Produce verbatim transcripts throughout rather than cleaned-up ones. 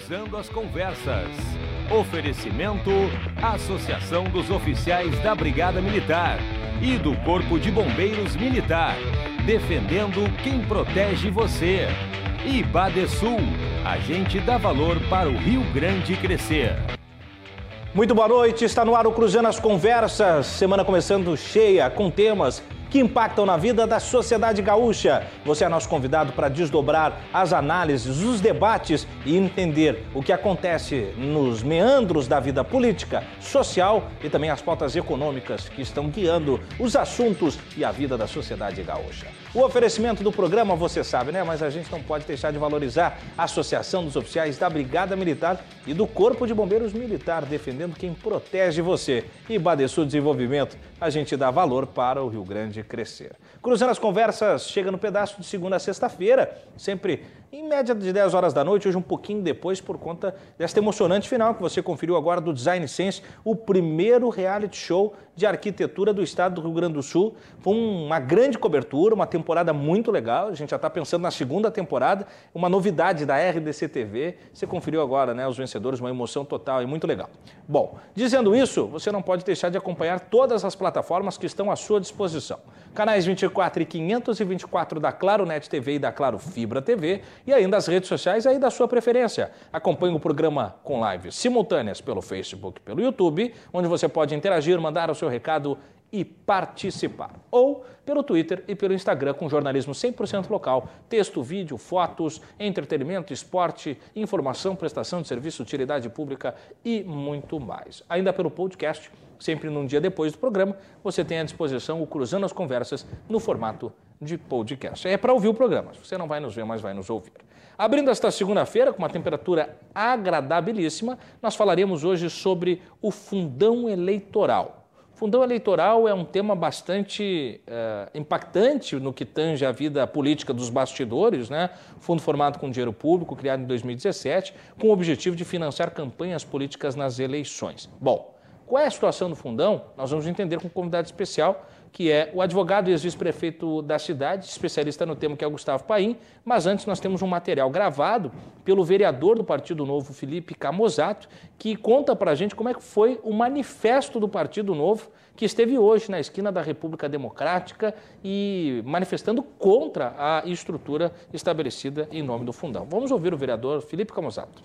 Cruzando as Conversas. Oferecimento: Associação dos Oficiais da Brigada Militar e do Corpo de Bombeiros Militar, defendendo quem protege você. E Badesul, a gente dá valor para o Rio Grande crescer. Muito boa noite, está no ar o Cruzando as Conversas, semana começando cheia com temas que impactam na vida da sociedade gaúcha. Você é nosso convidado para desdobrar as análises, os debates e entender o que acontece nos meandros da vida política, social e também as pautas econômicas que estão guiando os assuntos e a vida da sociedade gaúcha. O oferecimento do programa, você sabe, né? Mas a gente não pode deixar de valorizar a Associação dos Oficiais da Brigada Militar e do Corpo de Bombeiros Militar, defendendo quem protege você. E Badesul Desenvolvimento, a gente dá valor para o Rio Grande crescer. Cruzando as Conversas chega no pedaço de segunda a sexta-feira, sempre em média de dez horas da noite, hoje um pouquinho depois, por conta desta emocionante final que você conferiu agora do Design Sense, o primeiro reality show de arquitetura do estado do Rio Grande do Sul. Foi uma grande cobertura, uma temporada muito legal, a gente já está pensando na segunda temporada, uma novidade da R D C T V, você conferiu agora, né, os vencedores, uma emoção total e muito legal. Bom, dizendo isso, você não pode deixar de acompanhar todas as plataformas que estão à sua disposição. Canais vinte e quatro e quinhentos e vinte e quatro da Claro Net T V e da Claro Fibra T V e ainda as redes sociais aí da sua preferência. Acompanhe o programa com lives simultâneas pelo Facebook e pelo YouTube, onde você pode interagir, mandar o seu recado e participar. Ou pelo Twitter e pelo Instagram com jornalismo cem por cento local, texto, vídeo, fotos, entretenimento, esporte, informação, prestação de serviço, utilidade pública e muito mais. Ainda pelo podcast, sempre num dia depois do programa, você tem à disposição o Cruzando as Conversas no formato de podcast. É para ouvir o programa, você não vai nos ver, mas vai nos ouvir. Abrindo esta segunda-feira com uma temperatura agradabilíssima, nós falaremos hoje sobre o fundão eleitoral. Fundão eleitoral é um tema bastante uh, impactante no que tange a vida política dos bastidores, né? Fundo formado com dinheiro público, criado em dois mil e dezessete, com o objetivo de financiar campanhas políticas nas eleições. Bom, qual é a situação do fundão? Nós vamos entender com um convidado especial, que é o advogado e ex-vice-prefeito da cidade, especialista no tema, que é o Gustavo Paim. Mas antes nós temos um material gravado pelo vereador do Partido Novo, Felipe Camozzato, que conta para a gente como é que foi o manifesto do Partido Novo, que esteve hoje na esquina da República Democrática e manifestando contra a estrutura estabelecida em nome do fundão. Vamos ouvir o vereador Felipe Camozzato.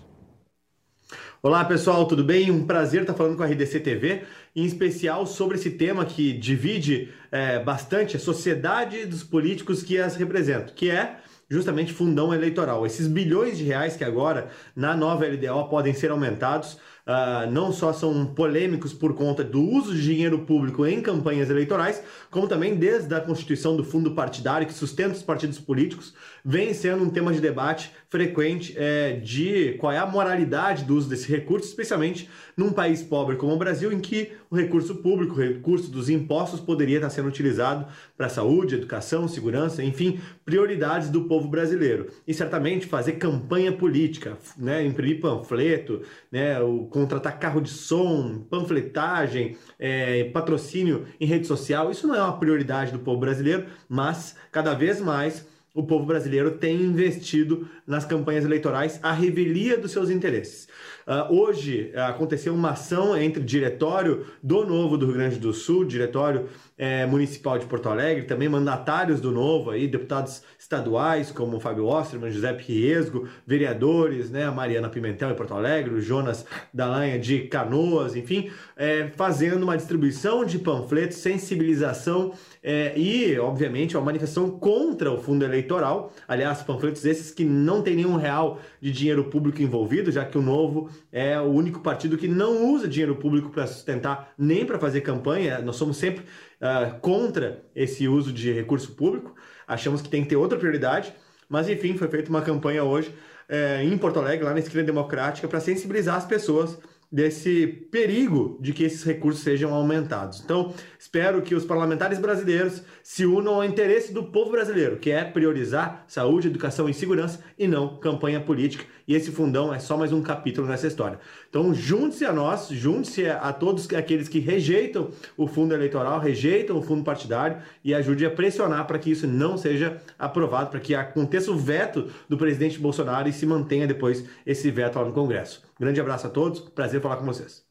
Olá pessoal, tudo bem? Um prazer estar falando com a R D C T V, em especial sobre esse tema que divide é, bastante a sociedade dos políticos que as representam, que é justamente fundão eleitoral. Esses bilhões de reais que agora na nova L D O podem ser aumentados, Uh, não só são polêmicos por conta do uso de dinheiro público em campanhas eleitorais, como também desde a constituição do fundo partidário que sustenta os partidos políticos, vem sendo um tema de debate frequente é, de qual é a moralidade do uso desse recurso, especialmente num país pobre como o Brasil, em que o recurso público, o recurso dos impostos poderia estar sendo utilizado para saúde, educação, segurança, enfim, prioridades do povo brasileiro. E certamente fazer campanha política, né, imprimir panfleto, né, o contratar carro de som, panfletagem, é, patrocínio em rede social, isso não é uma prioridade do povo brasileiro, mas cada vez mais o povo brasileiro tem investido nas campanhas eleitorais à revelia dos seus interesses. Uh, hoje uh, aconteceu uma ação entre o diretório do Novo do Rio Grande do Sul, diretório eh, municipal de Porto Alegre, também mandatários do Novo, aí, deputados estaduais como Fábio Osterman, José Riesgo, vereadores, né, a Mariana Pimentel em Porto Alegre, o Jonas Dallagnà de Canoas, enfim, eh, fazendo uma distribuição de panfletos, sensibilização eh, e, obviamente, uma manifestação contra o fundo eleitoral. Aliás, panfletos esses que não tem nenhum real de dinheiro público envolvido, já que o Novo é o único partido que não usa dinheiro público para sustentar nem para fazer campanha. Nós somos sempre uh, contra esse uso de recurso público, achamos que tem que ter outra prioridade, mas enfim, foi feita uma campanha hoje uh, em Porto Alegre, lá na Esquina Democrática, para sensibilizar as pessoas desse perigo de que esses recursos sejam aumentados. Então, espero que os parlamentares brasileiros se unam ao interesse do povo brasileiro, que é priorizar saúde, educação e segurança e não campanha política. E esse fundão é só mais um capítulo nessa história. Então, junte-se a nós, junte-se a todos aqueles que rejeitam o fundo eleitoral, rejeitam o fundo partidário e ajude a pressionar para que isso não seja aprovado, para que aconteça o veto do presidente Bolsonaro e se mantenha depois esse veto lá no Congresso. Grande abraço a todos, prazer falar com vocês.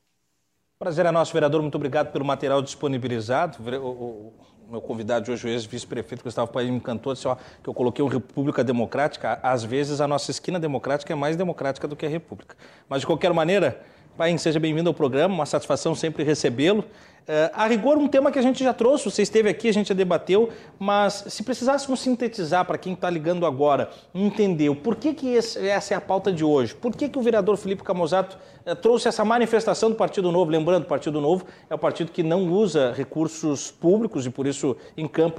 Prazer é nosso, vereador, muito obrigado pelo material disponibilizado. O, o, o meu convidado de hoje, o ex-vice-prefeito Gustavo Paim, me encantou, disse ó, que eu coloquei uma República Democrática. Às vezes a nossa esquina democrática é mais democrática do que a República. Mas de qualquer maneira, Paim, seja bem-vindo ao programa, uma satisfação sempre recebê-lo. Uh, a rigor, um tema que a gente já trouxe, você esteve aqui, a gente já debateu, mas se precisássemos sintetizar para quem está ligando agora, entender o porquê que esse, essa é a pauta de hoje, por que que o vereador Felipe Camozato uh, trouxe essa manifestação do Partido Novo, lembrando, o Partido Novo é o partido que não usa recursos públicos e por isso encampa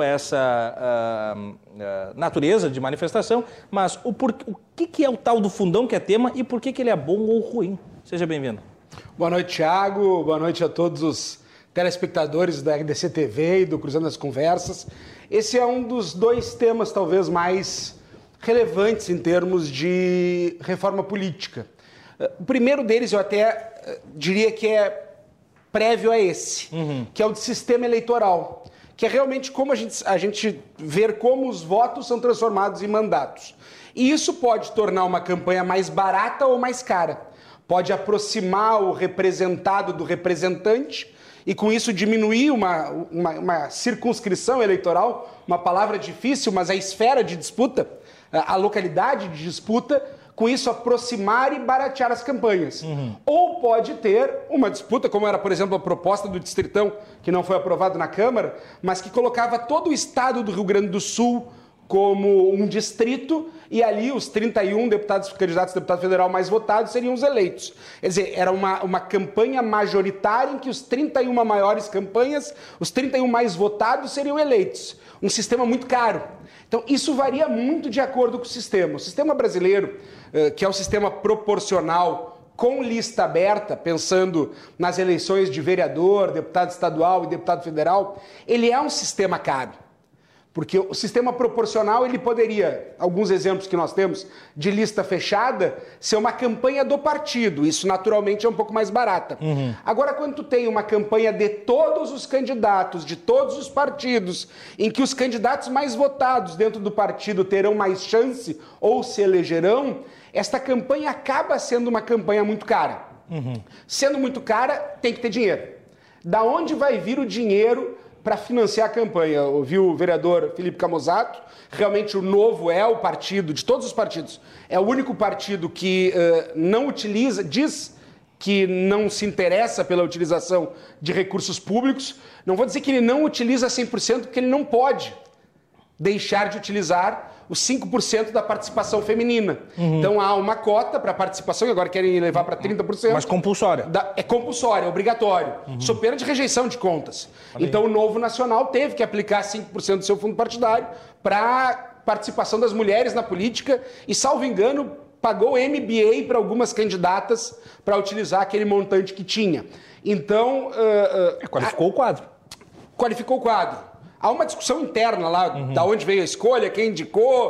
essa uh, uh, natureza de manifestação, mas o, por, o que que é o tal do fundão que é tema e por que que ele é bom ou ruim? Seja bem-vindo. Boa noite, Thiago, boa noite a todos os telespectadores da R D C T V e do Cruzando as Conversas. Esse é um dos dois temas talvez mais relevantes em termos de reforma política. O primeiro deles eu até diria que é prévio a esse, uhum. que é o de sistema eleitoral, que é realmente como a gente, a gente ver como os votos são transformados em mandatos. E isso pode tornar uma campanha mais barata ou mais cara. Pode aproximar o representado do representante e com isso diminuir uma, uma, uma circunscrição eleitoral, uma palavra difícil, mas a esfera de disputa, a localidade de disputa, com isso aproximar e baratear as campanhas. Uhum. Ou pode ter uma disputa, como era, por exemplo, a proposta do Distritão, que não foi aprovado na Câmara, mas que colocava todo o estado do Rio Grande do Sul como um distrito, e ali os trinta e um deputados, candidatos a deputado federal mais votados seriam os eleitos. Quer dizer, era uma, uma campanha majoritária em que os trinta e uma maiores campanhas, os trinta e um mais votados seriam eleitos. Um sistema muito caro. Então, isso varia muito de acordo com o sistema. O sistema brasileiro, que é o sistema proporcional, com lista aberta, pensando nas eleições de vereador, deputado estadual e deputado federal, ele é um sistema caro. Porque o sistema proporcional, ele poderia, alguns exemplos que nós temos, de lista fechada, ser uma campanha do partido. Isso, naturalmente, é um pouco mais barata. Uhum. Agora, quando tu tem uma campanha de todos os candidatos, de todos os partidos, em que os candidatos mais votados dentro do partido terão mais chance ou se elegerão, esta campanha acaba sendo uma campanha muito cara. Uhum. Sendo muito cara, tem que ter dinheiro. Da onde vai vir o dinheiro para financiar a campanha? Ouviu o vereador Felipe Camozato, realmente o Novo é o partido, de todos os partidos, é o único partido que uh, não utiliza, diz que não se interessa pela utilização de recursos públicos. Não vou dizer que ele não utiliza cem por cento, porque ele não pode deixar de utilizar os cinco por cento da participação feminina. Uhum. Então há uma cota para participação, e agora querem levar para trinta por cento. Mas compulsória. Da, é compulsória, é obrigatório. Uhum. Sob pena de rejeição de contas. Valeu. Então o Novo Nacional teve que aplicar cinco por cento do seu fundo partidário para participação das mulheres na política e, salvo engano, pagou M B A para algumas candidatas para utilizar aquele montante que tinha. Então... Uh, uh, qualificou a... o quadro. Qualificou o quadro. Há uma discussão interna lá, uhum. da onde veio a escolha, quem indicou,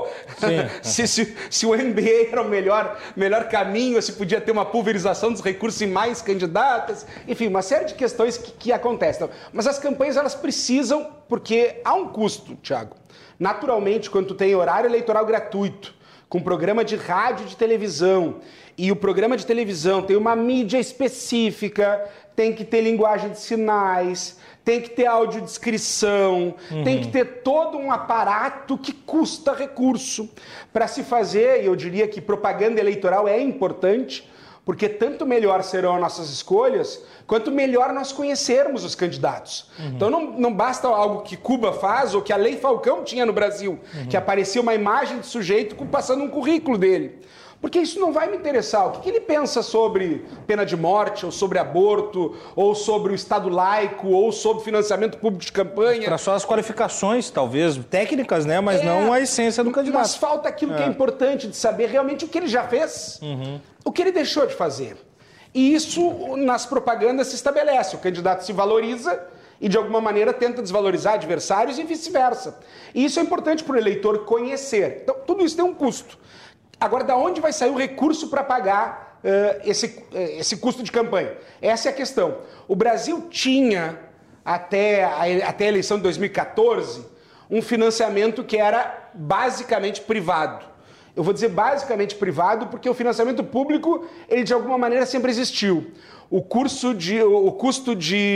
se, se, se o M B A era o melhor, melhor caminho, se podia ter uma pulverização dos recursos em mais candidatas, enfim, uma série de questões que, que acontecem. Mas as campanhas, elas precisam, porque há um custo, Thiago. Naturalmente, quando tu tem horário eleitoral gratuito, com programa de rádio e de televisão, e o programa de televisão tem uma mídia específica, tem que ter linguagem de sinais, tem que ter audiodescrição, uhum. tem que ter todo um aparato que custa recurso para se fazer, e eu diria que propaganda eleitoral é importante, porque tanto melhor serão as nossas escolhas, quanto melhor nós conhecermos os candidatos. Uhum. Então não, não basta algo que Cuba faz, ou que a Lei Falcão tinha no Brasil, uhum. que aparecia uma imagem de sujeito passando um currículo dele. Porque isso não vai me interessar. O que, que ele pensa sobre pena de morte, ou sobre aborto, ou sobre o Estado laico, ou sobre financiamento público de campanha? Para só as qualificações, talvez, técnicas, né? Mas é, não a essência do candidato. Mas falta aquilo é. que é importante de saber realmente o que ele já fez, uhum. o que ele deixou de fazer. E isso, nas propagandas, se estabelece. O candidato se valoriza e, de alguma maneira, tenta desvalorizar adversários e vice-versa. E isso é importante para o eleitor conhecer. Então, tudo isso tem um custo. Agora, da onde vai sair o recurso para pagar uh, esse, uh, esse custo de campanha? Essa é a questão. O Brasil tinha, até a, até a eleição de dois mil e quatorze, um financiamento que era basicamente privado. Eu vou dizer basicamente privado porque o financiamento público, ele de alguma maneira sempre existiu. O, curso de, o custo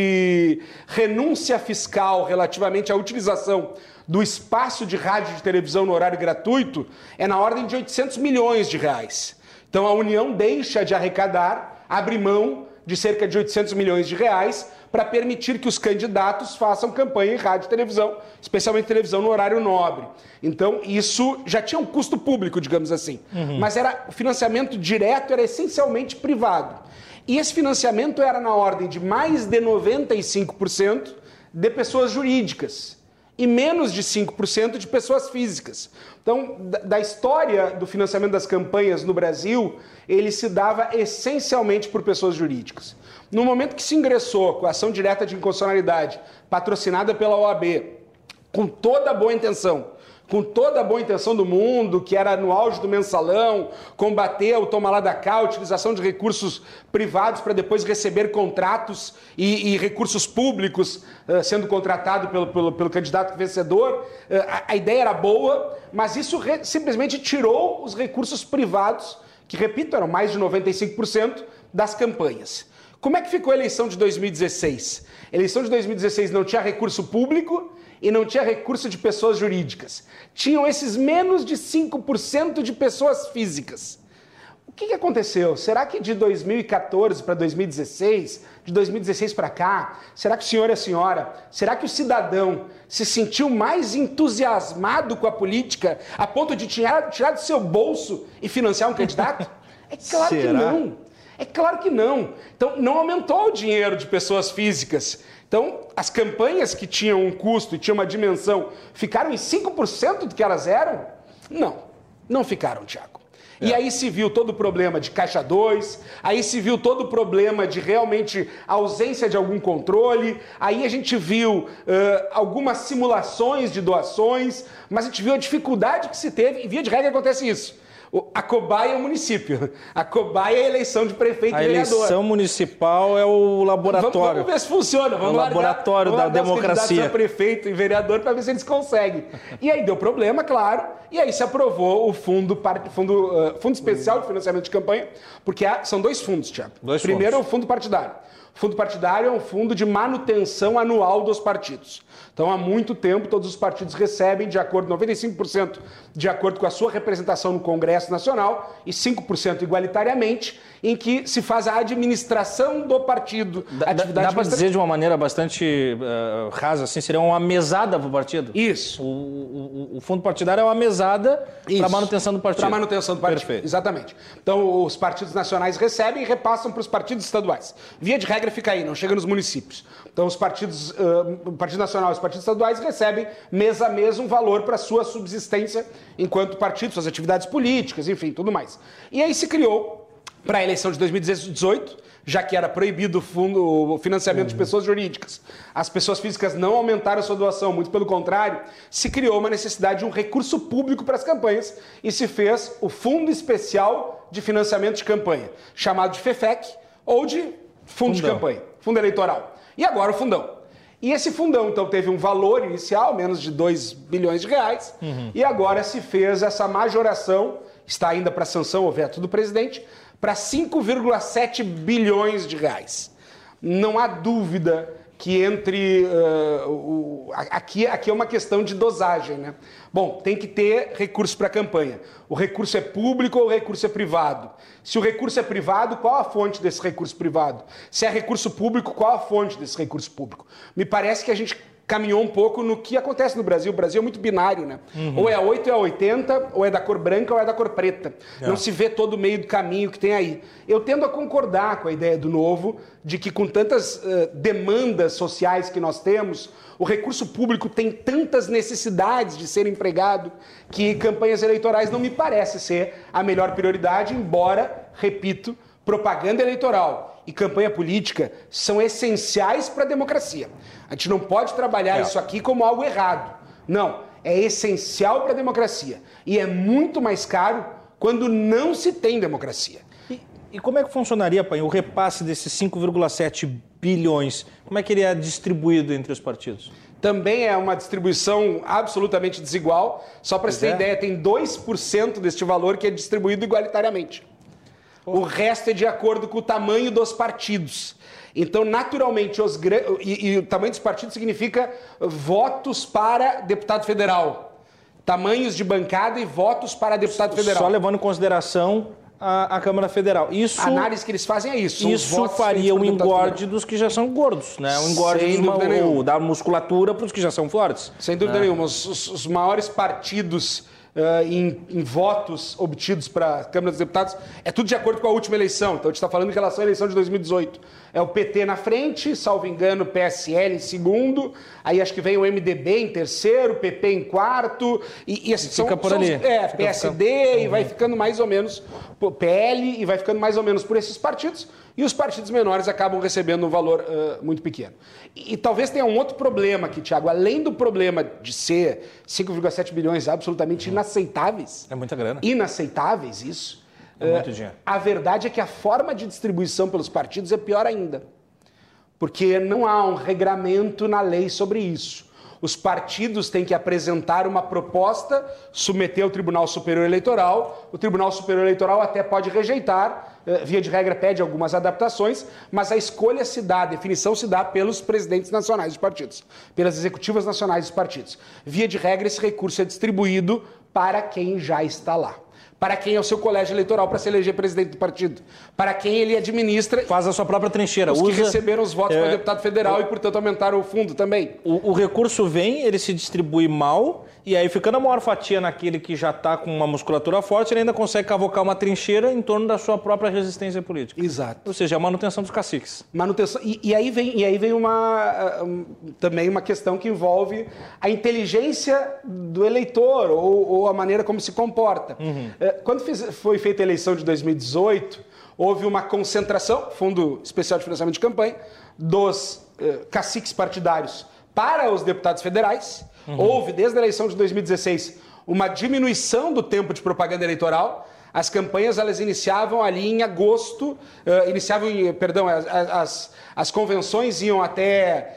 de renúncia fiscal relativamente à utilização do espaço de rádio e de televisão no horário gratuito é na ordem de oitocentos milhões de reais. Então a União deixa de arrecadar, abre mão de cerca de oitocentos milhões de reais para permitir que os candidatos façam campanha em rádio e televisão, especialmente televisão no horário nobre. Então, isso já tinha um custo público, digamos assim. Uhum. Mas era, o financiamento direto era essencialmente privado. E esse financiamento era na ordem de mais de noventa e cinco por cento de pessoas jurídicas e menos de cinco por cento de pessoas físicas. Então, da, da história do financiamento das campanhas no Brasil, ele se dava essencialmente por pessoas jurídicas. No momento que se ingressou com a ação direta de inconstitucionalidade, patrocinada pela O A B, com toda a boa intenção, com toda a boa intenção do mundo, que era no auge do mensalão, combater o toma lá da cá, a utilização de recursos privados para depois receber contratos e, e recursos públicos uh, sendo contratado pelo, pelo, pelo candidato vencedor. Uh, a, a ideia era boa, mas isso re, simplesmente tirou os recursos privados, que, repito, eram mais de noventa e cinco por cento das campanhas. Como é que ficou a eleição de dois mil e dezesseis? A eleição de dois mil e dezesseis não tinha recurso público e não tinha recurso de pessoas jurídicas. Tinham esses menos de cinco por cento de pessoas físicas. O que, que aconteceu? Será que de dois mil e quatorze para dois mil e dezesseis, de dois mil e dezesseis para cá, será que o senhor e a senhora, será que o cidadão se sentiu mais entusiasmado com a política a ponto de tirar, tirar do seu bolso e financiar um candidato? É claro será? que não. É claro que não. Então, não aumentou o dinheiro de pessoas físicas. Então, as campanhas que tinham um custo e tinham uma dimensão ficaram em cinco por cento do que elas eram? Não, não ficaram, Tiago. É. E aí se viu todo o problema de Caixa dois, aí se viu todo o problema de realmente ausência de algum controle, aí a gente viu uh, algumas simulações de doações, mas a gente viu a dificuldade que se teve, e via de regra acontece isso. A cobaia é o município. A cobaia é a eleição de prefeito a e vereador. A eleição municipal é o laboratório. Vamos, vamos ver se funciona. Vamos é o laboratório largar, da vamos democracia. A prefeito e vereador para ver se eles conseguem. E aí deu problema, claro. E aí se aprovou o fundo, fundo, uh, fundo especial de financiamento de campanha, porque há, são dois fundos, Tiago. Dois Primeiro fundos. é o fundo partidário. O fundo partidário é um fundo de manutenção anual dos partidos. Então, há muito tempo, todos os partidos recebem, de acordo, noventa e cinco por cento de acordo com a sua representação no Congresso Nacional e cinco por cento igualitariamente, em que se faz a administração do partido. Dá, dá para dizer de uma maneira bastante uh, rasa, assim, seria uma mesada para o partido? Isso. O, o, o fundo partidário é uma mesada para manutenção do partido. Para manutenção do partido, perfeito. Exatamente. Então, os partidos nacionais recebem e repassam para os partidos estaduais. Via de regra fica aí, não chega nos municípios. Então, os partidos, uh, o Partido Nacional e os partidos estaduais recebem mês a mês um valor para a sua subsistência enquanto partido, suas atividades políticas, enfim, tudo mais. E aí se criou, para a eleição de dois mil e dezoito, já que era proibido o, fundo, o financiamento uhum. de pessoas jurídicas, as pessoas físicas não aumentaram a sua doação, muito pelo contrário, se criou uma necessidade de um recurso público para as campanhas e se fez o Fundo Especial de Financiamento de Campanha, chamado de FEFEC ou de Fundo Fundão. de Campanha, Fundo Eleitoral. E agora o Fundão. E esse fundão, então, teve um valor inicial, menos de dois bilhões de reais, uhum. e agora se fez essa majoração, está ainda para sanção ou veto do presidente, para cinco vírgula sete bilhões de reais. Não há dúvida que entre... Uh, o, aqui, aqui é uma questão de dosagem, né? Bom, tem que ter recurso para a campanha. O recurso é público ou o recurso é privado? Se o recurso é privado, qual a fonte desse recurso privado? Se é recurso público, qual a fonte desse recurso público? Me parece que a gente caminhou um pouco no que acontece no Brasil. O Brasil é muito binário, né? Uhum. Ou é oito ou é oitenta, ou é da cor branca ou é da cor preta. É. Não se vê todo o meio do caminho que tem aí. Eu tendo a concordar com a ideia do Novo, de que com tantas uh, demandas sociais que nós temos, o recurso público tem tantas necessidades de ser empregado que campanhas eleitorais não me parece ser a melhor prioridade, embora, repito, propaganda eleitoral e campanha política são essenciais para a democracia. A gente não pode trabalhar é. isso aqui como algo errado. Não, é essencial para a democracia. E é muito mais caro quando não se tem democracia. E, e como é que funcionaria, Paim, o repasse desses cinco vírgula sete bilhões? Como é que ele é distribuído entre os partidos? Também é uma distribuição absolutamente desigual. Só para você ter é. ideia, tem dois por cento deste valor que é distribuído igualitariamente. Pô. O resto é de acordo com o tamanho dos partidos. Então, naturalmente, os e, e o tamanho dos partidos significa votos para deputado federal. Tamanhos de bancada e votos para deputado federal. Só levando em consideração a, a Câmara Federal. Isso, a análise que eles fazem é isso. Isso faria o engorde dos que já são gordos, né? O engorde Sem uma, dúvida ou da musculatura para os que já são fortes. Sem dúvida né? nenhuma. Os, os, os maiores partidos Uh, em, em votos obtidos para a Câmara dos Deputados, é tudo de acordo com a última eleição. Então a gente está falando em relação à eleição de dois mil e dezoito. É o P T na frente, salvo engano, o P S L em segundo, aí acho que vem o M D B em terceiro, o P P em quarto, e, e assim, fica são, por são, ali. É, fica P S D uhum. e vai ficando mais ou menos, P L e vai ficando mais ou menos por esses partidos, e os partidos menores acabam recebendo um valor uh, muito pequeno. E, e talvez tenha um outro problema aqui, Thiago, além do problema de ser cinco vírgula sete bilhões absolutamente uhum. inaceitáveis. É muita grana. Inaceitáveis, isso. É muito uh, dinheiro. A verdade é que a forma de distribuição pelos partidos é pior ainda. Porque não há um regramento na lei sobre isso. Os partidos têm que apresentar uma proposta, submeter ao Tribunal Superior Eleitoral. O Tribunal Superior Eleitoral até pode rejeitar, via de regra pede algumas adaptações, mas a escolha se dá, a definição se dá pelos presidentes nacionais dos partidos, pelas executivas nacionais dos partidos. Via de regra, esse recurso é distribuído para quem já está lá. Para quem é o seu colégio eleitoral para se eleger presidente do partido. Para quem ele administra... Faz a sua própria trincheira. Os Usa, que receberam os votos é, para deputado federal o, e, portanto, aumentaram o fundo também. O, o recurso vem, ele se distribui mal, e aí ficando a maior fatia naquele que já está com uma musculatura forte, ele ainda consegue cavocar uma trincheira em torno da sua própria resistência política. Exato. Ou seja, a manutenção dos caciques. Manutenção. E, e aí vem, e aí vem uma, um, também uma questão que envolve a inteligência do eleitor ou, ou a maneira como se comporta. Uhum. Quando fiz, foi feita a eleição de dois mil e dezoito, houve uma concentração, Fundo Especial de Financiamento de Campanha, dos eh, caciques partidários para os deputados federais. Uhum. Houve, desde a eleição de dois mil e dezesseis, uma diminuição do tempo de propaganda eleitoral. As campanhas, elas iniciavam ali em agosto, uh, iniciavam, em, perdão, as, as, as convenções iam até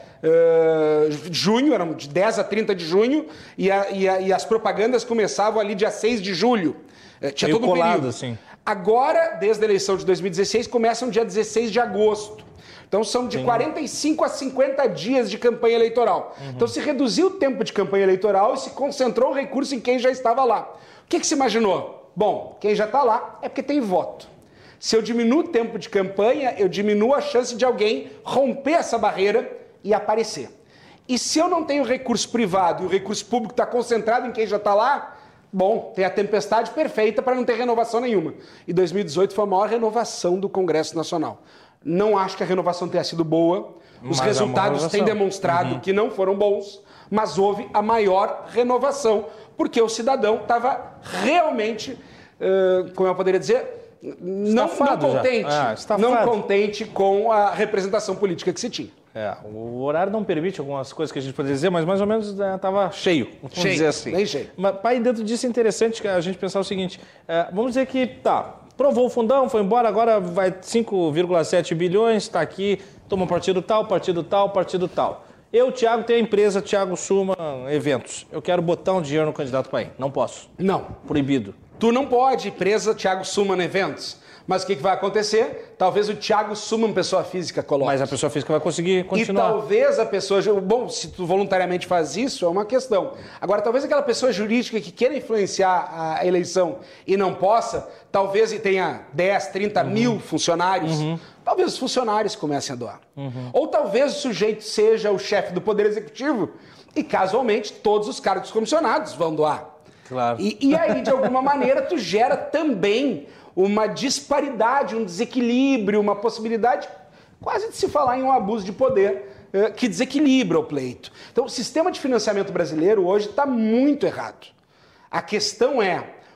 uh, junho, eram de dez a trinta de junho, e, a, e, a, e as propagandas começavam ali dia seis de julho. Uh, tinha Meio todo um colado, período. Assim. Agora, desde a eleição de dois mil e dezesseis, começam dia dezesseis de agosto. Então são de Sim. quarenta e cinco a cinquenta dias de campanha eleitoral. Uhum. Então se reduziu o tempo de campanha eleitoral e se concentrou o recurso em quem já estava lá. O que, que se imaginou? Bom, quem já está lá é porque tem voto. Se eu diminuo o tempo de campanha, eu diminuo a chance de alguém romper essa barreira e aparecer. E se eu não tenho recurso privado e o recurso público está concentrado em quem já está lá, bom, tem a tempestade perfeita para não ter renovação nenhuma. E dois mil e dezoito foi a maior renovação do Congresso Nacional. Não acho que a renovação tenha sido boa. Os mas resultados têm demonstrado uhum. que não foram bons, mas houve a maior renovação, porque o cidadão estava realmente, uh, como eu poderia dizer, não, não contente, ah, não contente com a representação política que se tinha. É, o horário não permite algumas coisas que a gente poderia dizer, mas mais ou menos estava né, cheio, vamos cheio, dizer assim. Bem cheio. Mas, pai, dentro disso é interessante a gente pensar o seguinte, é, vamos dizer que, tá, provou o fundão, foi embora, agora vai cinco vírgula sete bilhões, está aqui, toma partido tal, partido tal, partido tal. Eu, Thiago, tenho a empresa Thiago Suma Eventos. Eu quero botar um dinheiro no candidato Paim. Não posso. Não. Proibido. Tu não pode, empresa Thiago Suma Eventos. Mas o que, que vai acontecer? Talvez o Thiago Suma, pessoa física, coloque. Mas a pessoa física vai conseguir continuar. E talvez a pessoa... Bom, se tu voluntariamente faz isso, é uma questão. Agora, talvez aquela pessoa jurídica que queira influenciar a eleição e não possa, talvez tenha dez, trinta uhum. mil funcionários, uhum. talvez os funcionários comecem a doar. Uhum. Ou talvez o sujeito seja o chefe do Poder Executivo e, casualmente, todos os cargos comissionados vão doar. Claro. E, e aí, de alguma maneira, tu gera também uma disparidade, um desequilíbrio, uma possibilidade quase de se falar em um abuso de poder eh, que desequilibra o pleito. Então, o sistema de financiamento brasileiro hoje está muito errado. A questão é,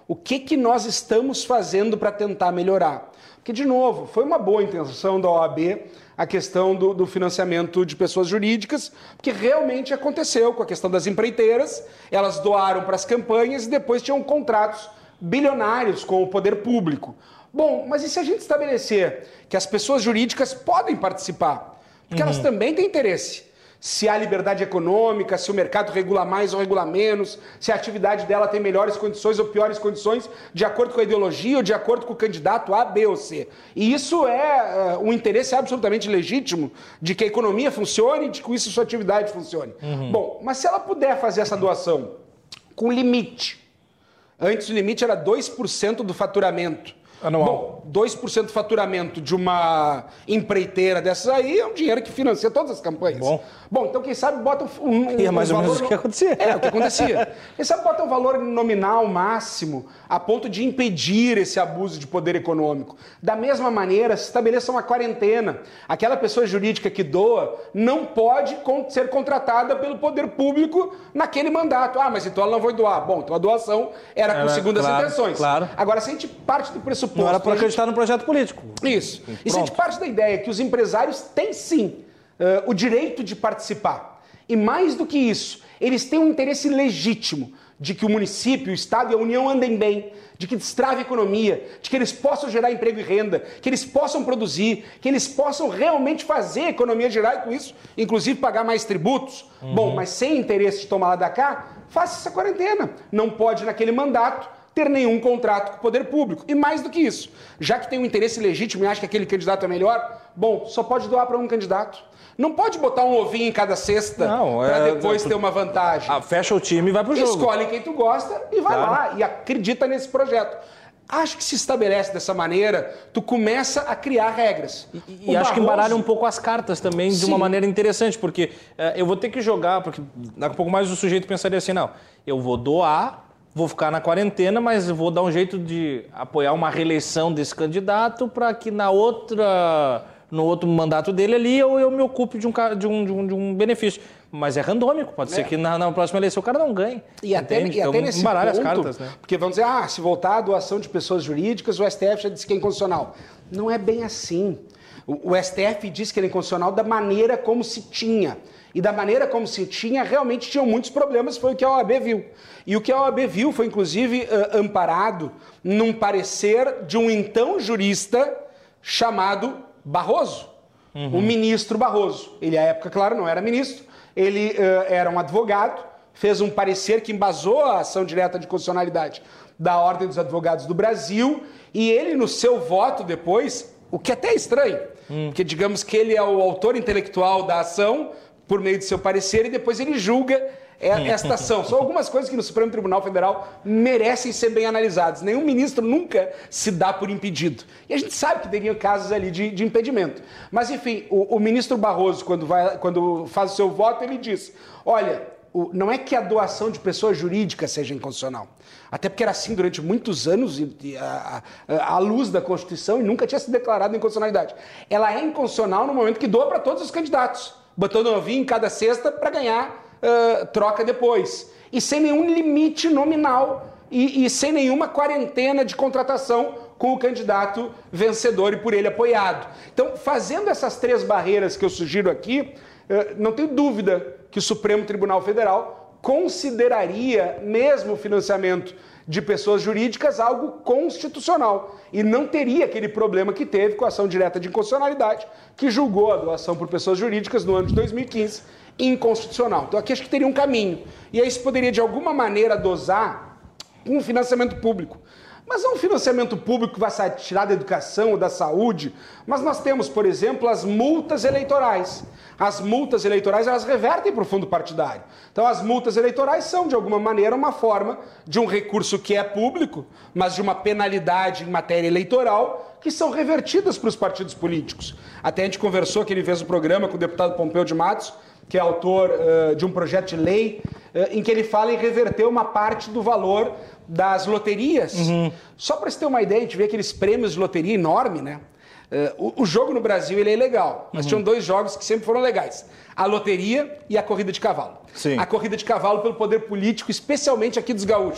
o que, que nós estamos fazendo para tentar melhorar. Porque, de novo, foi uma boa intenção da O A B a questão do, do financiamento de pessoas jurídicas, porque realmente aconteceu com a questão das empreiteiras, elas doaram para as campanhas e depois tinham contratos bilionários com o poder público. Bom, mas e se a gente estabelecer que as pessoas jurídicas podem participar? Porque uhum. elas também têm interesse. Se há liberdade econômica, se o mercado regula mais ou regula menos, se a atividade dela tem melhores condições ou piores condições, de acordo com a ideologia ou de acordo com o candidato A, B ou C. E isso é uh, um interesse absolutamente legítimo de que a economia funcione e de que isso sua atividade funcione. Uhum. Bom, mas se ela puder fazer essa doação com limite, antes o limite era dois por cento do faturamento. Anual. Bom, dois por cento do faturamento de uma empreiteira dessas aí é um dinheiro que financia todas as campanhas. Bom, Bom então quem sabe bota um, um, e é mais um ou valor... menos o que acontecia. É, o que acontecia. Quem sabe bota um valor nominal máximo a ponto de impedir esse abuso de poder econômico. Da mesma maneira, se estabeleça uma quarentena. Aquela pessoa jurídica que doa não pode ser contratada pelo poder público naquele mandato. Ah, mas então ela não vai doar. Bom, então a doação era com era, segundas claro, intenções. Claro. Agora, se a gente parte do pressuposto... Não era para acreditar gente... no projeto político. Isso. Pronto. E se a gente parte da ideia que os empresários têm sim uh, o direito de participar. E mais do que isso, eles têm um interesse legítimo de que o município, o Estado e a União andem bem, de que destrave a economia, de que eles possam gerar emprego e renda, que eles possam produzir, que eles possam realmente fazer a economia girar e com isso, inclusive, pagar mais tributos. Uhum. Bom, mas sem interesse de tomar lá da cá, faça essa quarentena. Não pode, naquele mandato, ter nenhum contrato com o poder público. E mais do que isso, já que tem um interesse legítimo e acha que aquele candidato é melhor, bom, só pode doar para um candidato. Não pode botar um ovinho em cada cesta para é, depois é, ter uma vantagem. Ah, fecha o time e vai pro jogo. Escolhe quem tu gosta e vai claro. lá e acredita nesse projeto. Acho que se estabelece dessa maneira, tu começa a criar regras. E, e acho Barroso... que embaralha um pouco as cartas também Sim. de uma maneira interessante, porque uh, eu vou ter que jogar, porque daqui a pouco mais o sujeito pensaria assim, não, eu vou doar, vou ficar na quarentena, mas vou dar um jeito de apoiar uma reeleição desse candidato para que na outra, no outro mandato dele ali eu, eu me ocupe de um, de, um, de, um, de um benefício. Mas é randômico, pode é. ser que na, na próxima eleição o cara não ganhe. E até, e então, até nesse ponto, as cartas, né? Porque vamos dizer, ah, se voltar a doação de pessoas jurídicas, o S T F já disse que é inconstitucional. Não é bem assim. O, o S T F disse que ele é inconstitucional da maneira como se tinha. E da maneira como se tinha, realmente tinham muitos problemas, foi o que a O A B viu. E o que a O A B viu foi, inclusive, uh, amparado num parecer de um então jurista chamado Barroso, uhum. o ministro Barroso. Ele, à época, claro, não era ministro, ele uh, era um advogado, fez um parecer que embasou a ação direta de constitucionalidade da Ordem dos Advogados do Brasil, e ele, no seu voto depois, o que até é estranho, hum. porque digamos que ele é o autor intelectual da ação, por meio de seu parecer, e depois ele julga esta ação. São algumas coisas que no Supremo Tribunal Federal merecem ser bem analisadas. Nenhum ministro nunca se dá por impedido. E a gente sabe que teriam casos ali de, de impedimento. Mas, enfim, o, o ministro Barroso, quando, vai, quando faz o seu voto, ele diz, olha, o, não é que a doação de pessoa jurídica seja inconstitucional. Até porque era assim durante muitos anos, e, e a, a, à luz da Constituição, e nunca tinha se declarado inconstitucionalidade. Ela é inconstitucional no momento que doa para todos os candidatos, botando um ovinho em cada cesta para ganhar uh, troca depois. E sem nenhum limite nominal e, e sem nenhuma quarentena de contratação com o candidato vencedor e por ele apoiado. Então, fazendo essas três barreiras que eu sugiro aqui, uh, não tenho dúvida que o Supremo Tribunal Federal consideraria mesmo o financiamento de pessoas jurídicas algo constitucional e não teria aquele problema que teve com a ação direta de inconstitucionalidade, que julgou a doação por pessoas jurídicas no ano de dois mil e quinze inconstitucional. Então aqui acho que teria um caminho. E aí se poderia de alguma maneira dosar um financiamento público. Mas não um financiamento público que vai tirar da educação ou da saúde, mas nós temos, por exemplo, as multas eleitorais. As multas eleitorais, elas revertem para o fundo partidário. Então, as multas eleitorais são, de alguma maneira, uma forma de um recurso que é público, mas de uma penalidade em matéria eleitoral, que são revertidas para os partidos políticos. Até a gente conversou que ele fez um programa com o deputado Pompeu de Matos, que é autor uh, de um projeto de lei, uh, em que ele fala em reverter uma parte do valor das loterias. Uhum. Só para você ter uma ideia, a gente vê aqueles prêmios de loteria enorme, né? Uh, o, o jogo no Brasil ele é ilegal, mas uhum. tinham dois jogos que sempre foram legais. A loteria e a corrida de cavalo. Sim. A corrida de cavalo pelo poder político, especialmente aqui dos gaúchos,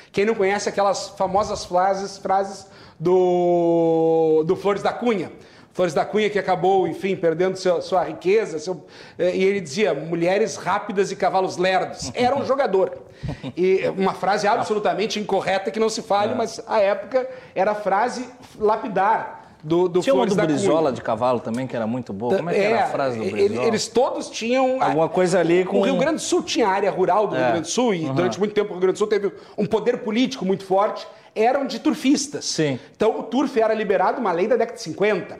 Quem não conhece aquelas famosas frases, frases do, do Flores da Cunha. Flores da Cunha que acabou, enfim, perdendo seu, sua riqueza, seu, e ele dizia, mulheres rápidas e cavalos lerdos. Era um jogador. E uma frase absolutamente incorreta que não se fale, é. mas à época era a frase lapidar do, do Tinha Flores uma do da Brizola Cunha. De cavalo também, que era muito boa. Como é que é, era a frase do Brizola? Eles todos tinham... Alguma coisa ali com... O Rio Grande do Sul tinha a área rural do é. Rio Grande do Sul, e uhum. durante muito tempo o Rio Grande do Sul teve um poder político muito forte, eram de turfistas. Sim. Então o turf era liberado, uma lei da década de cinquenta.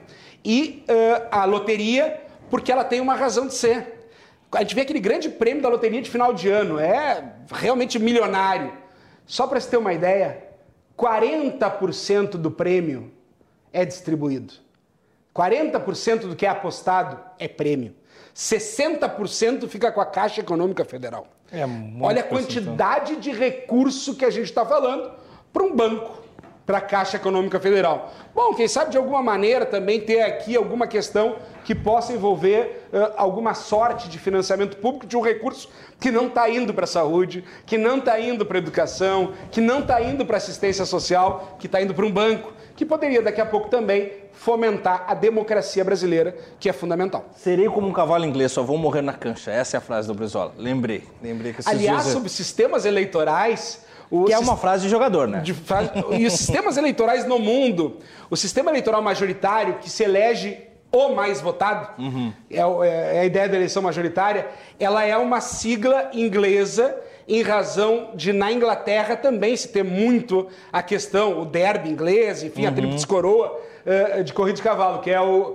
E uh, a loteria, porque ela tem uma razão de ser. A gente vê aquele grande prêmio da loteria de final de ano, é realmente milionário. Só para você ter uma ideia, quarenta por cento do prêmio é distribuído. quarenta por cento do que é apostado é prêmio. sessenta por cento fica com a Caixa Econômica Federal. É muito Olha a quantidade de recurso que a gente está falando para um banco, para a Caixa Econômica Federal. Bom, quem sabe de alguma maneira também ter aqui alguma questão que possa envolver uh, alguma sorte de financiamento público de um recurso que não está indo para a saúde, que não está indo para a educação, que não está indo para a assistência social, que está indo para um banco, que poderia daqui a pouco também fomentar a democracia brasileira, que é fundamental. Serei como um cavalo inglês, só vou morrer na cancha. Essa é a frase do Brizola. Lembrei. Lembrei que esses Aliás, dias... sobre sistemas eleitorais... O que é uma frase de jogador, né? De, e os sistemas eleitorais no mundo, o sistema eleitoral majoritário, que se elege o mais votado, uhum. é, é a ideia da eleição majoritária, ela é uma sigla inglesa em razão de, na Inglaterra, também se ter muito a questão, o derby inglês, enfim, uhum. a tríplice coroa uh, de corrida de cavalo, que é o uh,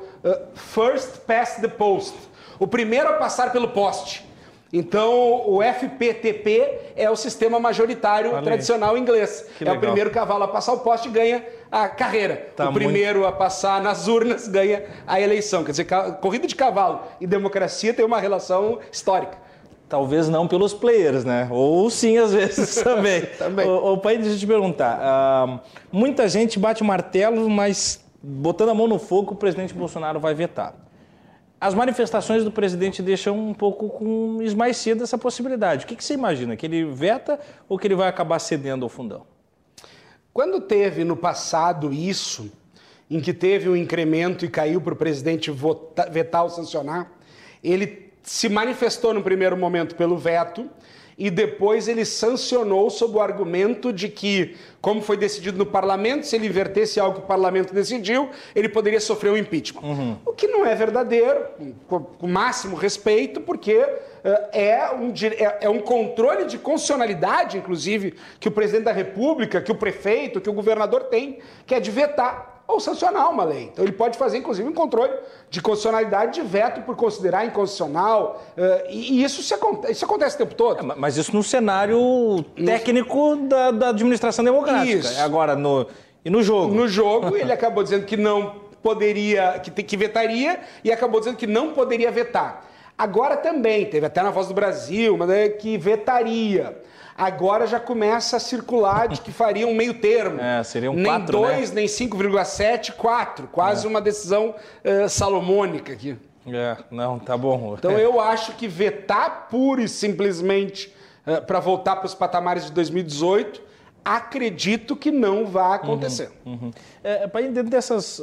first past the post, o primeiro a passar pelo poste. Então, o F P T P é o sistema majoritário Valeu. tradicional inglês. Que é legal. O primeiro cavalo a passar o poste ganha a carreira. Tá o primeiro muito... a passar nas urnas ganha a eleição. Quer dizer, corrida de cavalo e democracia tem uma relação histórica. Talvez não pelos players, né? Ou sim, às vezes também. também. Ô, ô, pai, deixa eu te perguntar. Uh, muita gente bate o martelo, mas botando a mão no fogo, o presidente Bolsonaro vai vetar. As manifestações do presidente deixam um pouco com esmaecida essa possibilidade. O que, que você imagina? Que ele veta ou que ele vai acabar cedendo ao fundão? Quando teve no passado isso, em que teve um incremento e caiu para o presidente votar, vetar ou sancionar, ele se manifestou no primeiro momento pelo veto e depois ele sancionou sob o argumento de que, como foi decidido no parlamento, se ele invertesse algo que o parlamento decidiu, ele poderia sofrer um impeachment. Uhum. O que não é verdadeiro, com o máximo respeito, porque uh, é, um, é, é um controle de constitucionalidade, inclusive, que o presidente da República, que o prefeito, que o governador tem, que é de vetar ou sancionar uma lei. Então ele pode fazer, inclusive, um controle de constitucionalidade de veto por considerar inconstitucional, uh, e, e isso, se, isso acontece o tempo todo. É, mas isso no cenário técnico no... da, da administração democrática. Isso. Agora, no, e no jogo? No jogo, ele acabou dizendo que não poderia, que, que vetaria, e acabou dizendo que não poderia vetar. Agora também, teve até na Voz do Brasil, mas é que vetaria. Agora já começa a circular de que faria um meio termo. É, seriam nem quatro, dois, né? Nem cinco vírgula sete, quatro. Quase é. uma decisão uh, salomônica aqui. É, não, tá bom. Então eu acho que vetar pura e simplesmente uh, para voltar para os patamares de dois mil e dezoito, acredito que não vai acontecer. Uhum, uhum. É, para dentro dessas uh,